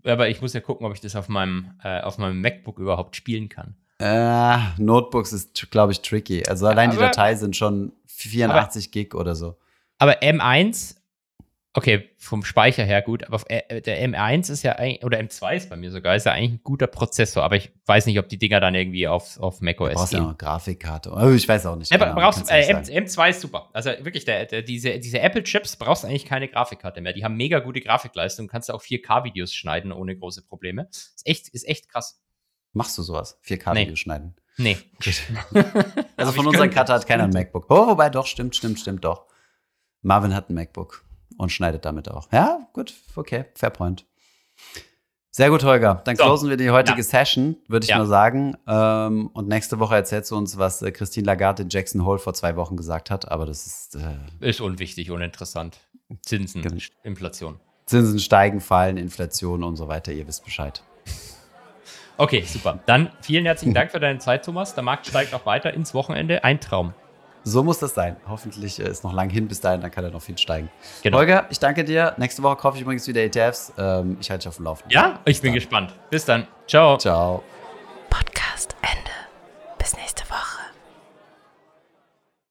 Aber ich muss ja gucken, ob ich das auf meinem MacBook überhaupt spielen kann. Notebooks ist, glaube ich, tricky. Also allein die Datei sind schon 84 Gig oder so. Aber M1, okay, vom Speicher her gut, aber der M1 ist ja eigentlich, oder M2 ist bei mir sogar, ist ja eigentlich ein guter Prozessor, aber ich weiß nicht, ob die Dinger dann irgendwie auf macOS gehen. Du brauchst ja noch eine Grafikkarte. Oh, ich weiß auch nicht. Aber M2 ist super. Also wirklich, diese Apple-Chips brauchst du eigentlich keine Grafikkarte mehr. Die haben mega gute Grafikleistung, kannst du auch 4K-Videos schneiden ohne große Probleme. Ist echt krass. Machst du sowas? 4K-Videos schneiden? Nee. Also von unseren Cutter hat keiner ein MacBook. Oh, wobei doch, stimmt doch. Marvin hat ein MacBook und schneidet damit auch. Ja, gut, okay, fair point. Sehr gut, Holger. Dann closen wir die heutige Session, würde ich mal sagen. Und nächste Woche erzählst du uns, was Christine Lagarde in Jackson Hole vor 2 Wochen gesagt hat. Aber das ist ist unwichtig, uninteressant. Zinsen, Inflation. Zinsen steigen, fallen, Inflation und so weiter. Ihr wisst Bescheid. Okay, super. Dann vielen herzlichen Dank für deine Zeit, Thomas. Der Markt steigt noch weiter ins Wochenende. Ein Traum. So muss das sein. Hoffentlich ist noch lang hin bis dahin, dann kann er noch viel steigen. Genau. Holger, ich danke dir. Nächste Woche kaufe ich übrigens wieder ETFs. Ich halte dich auf dem Laufenden. Ja, ich bin gespannt. Bis dann. Ciao. Ciao.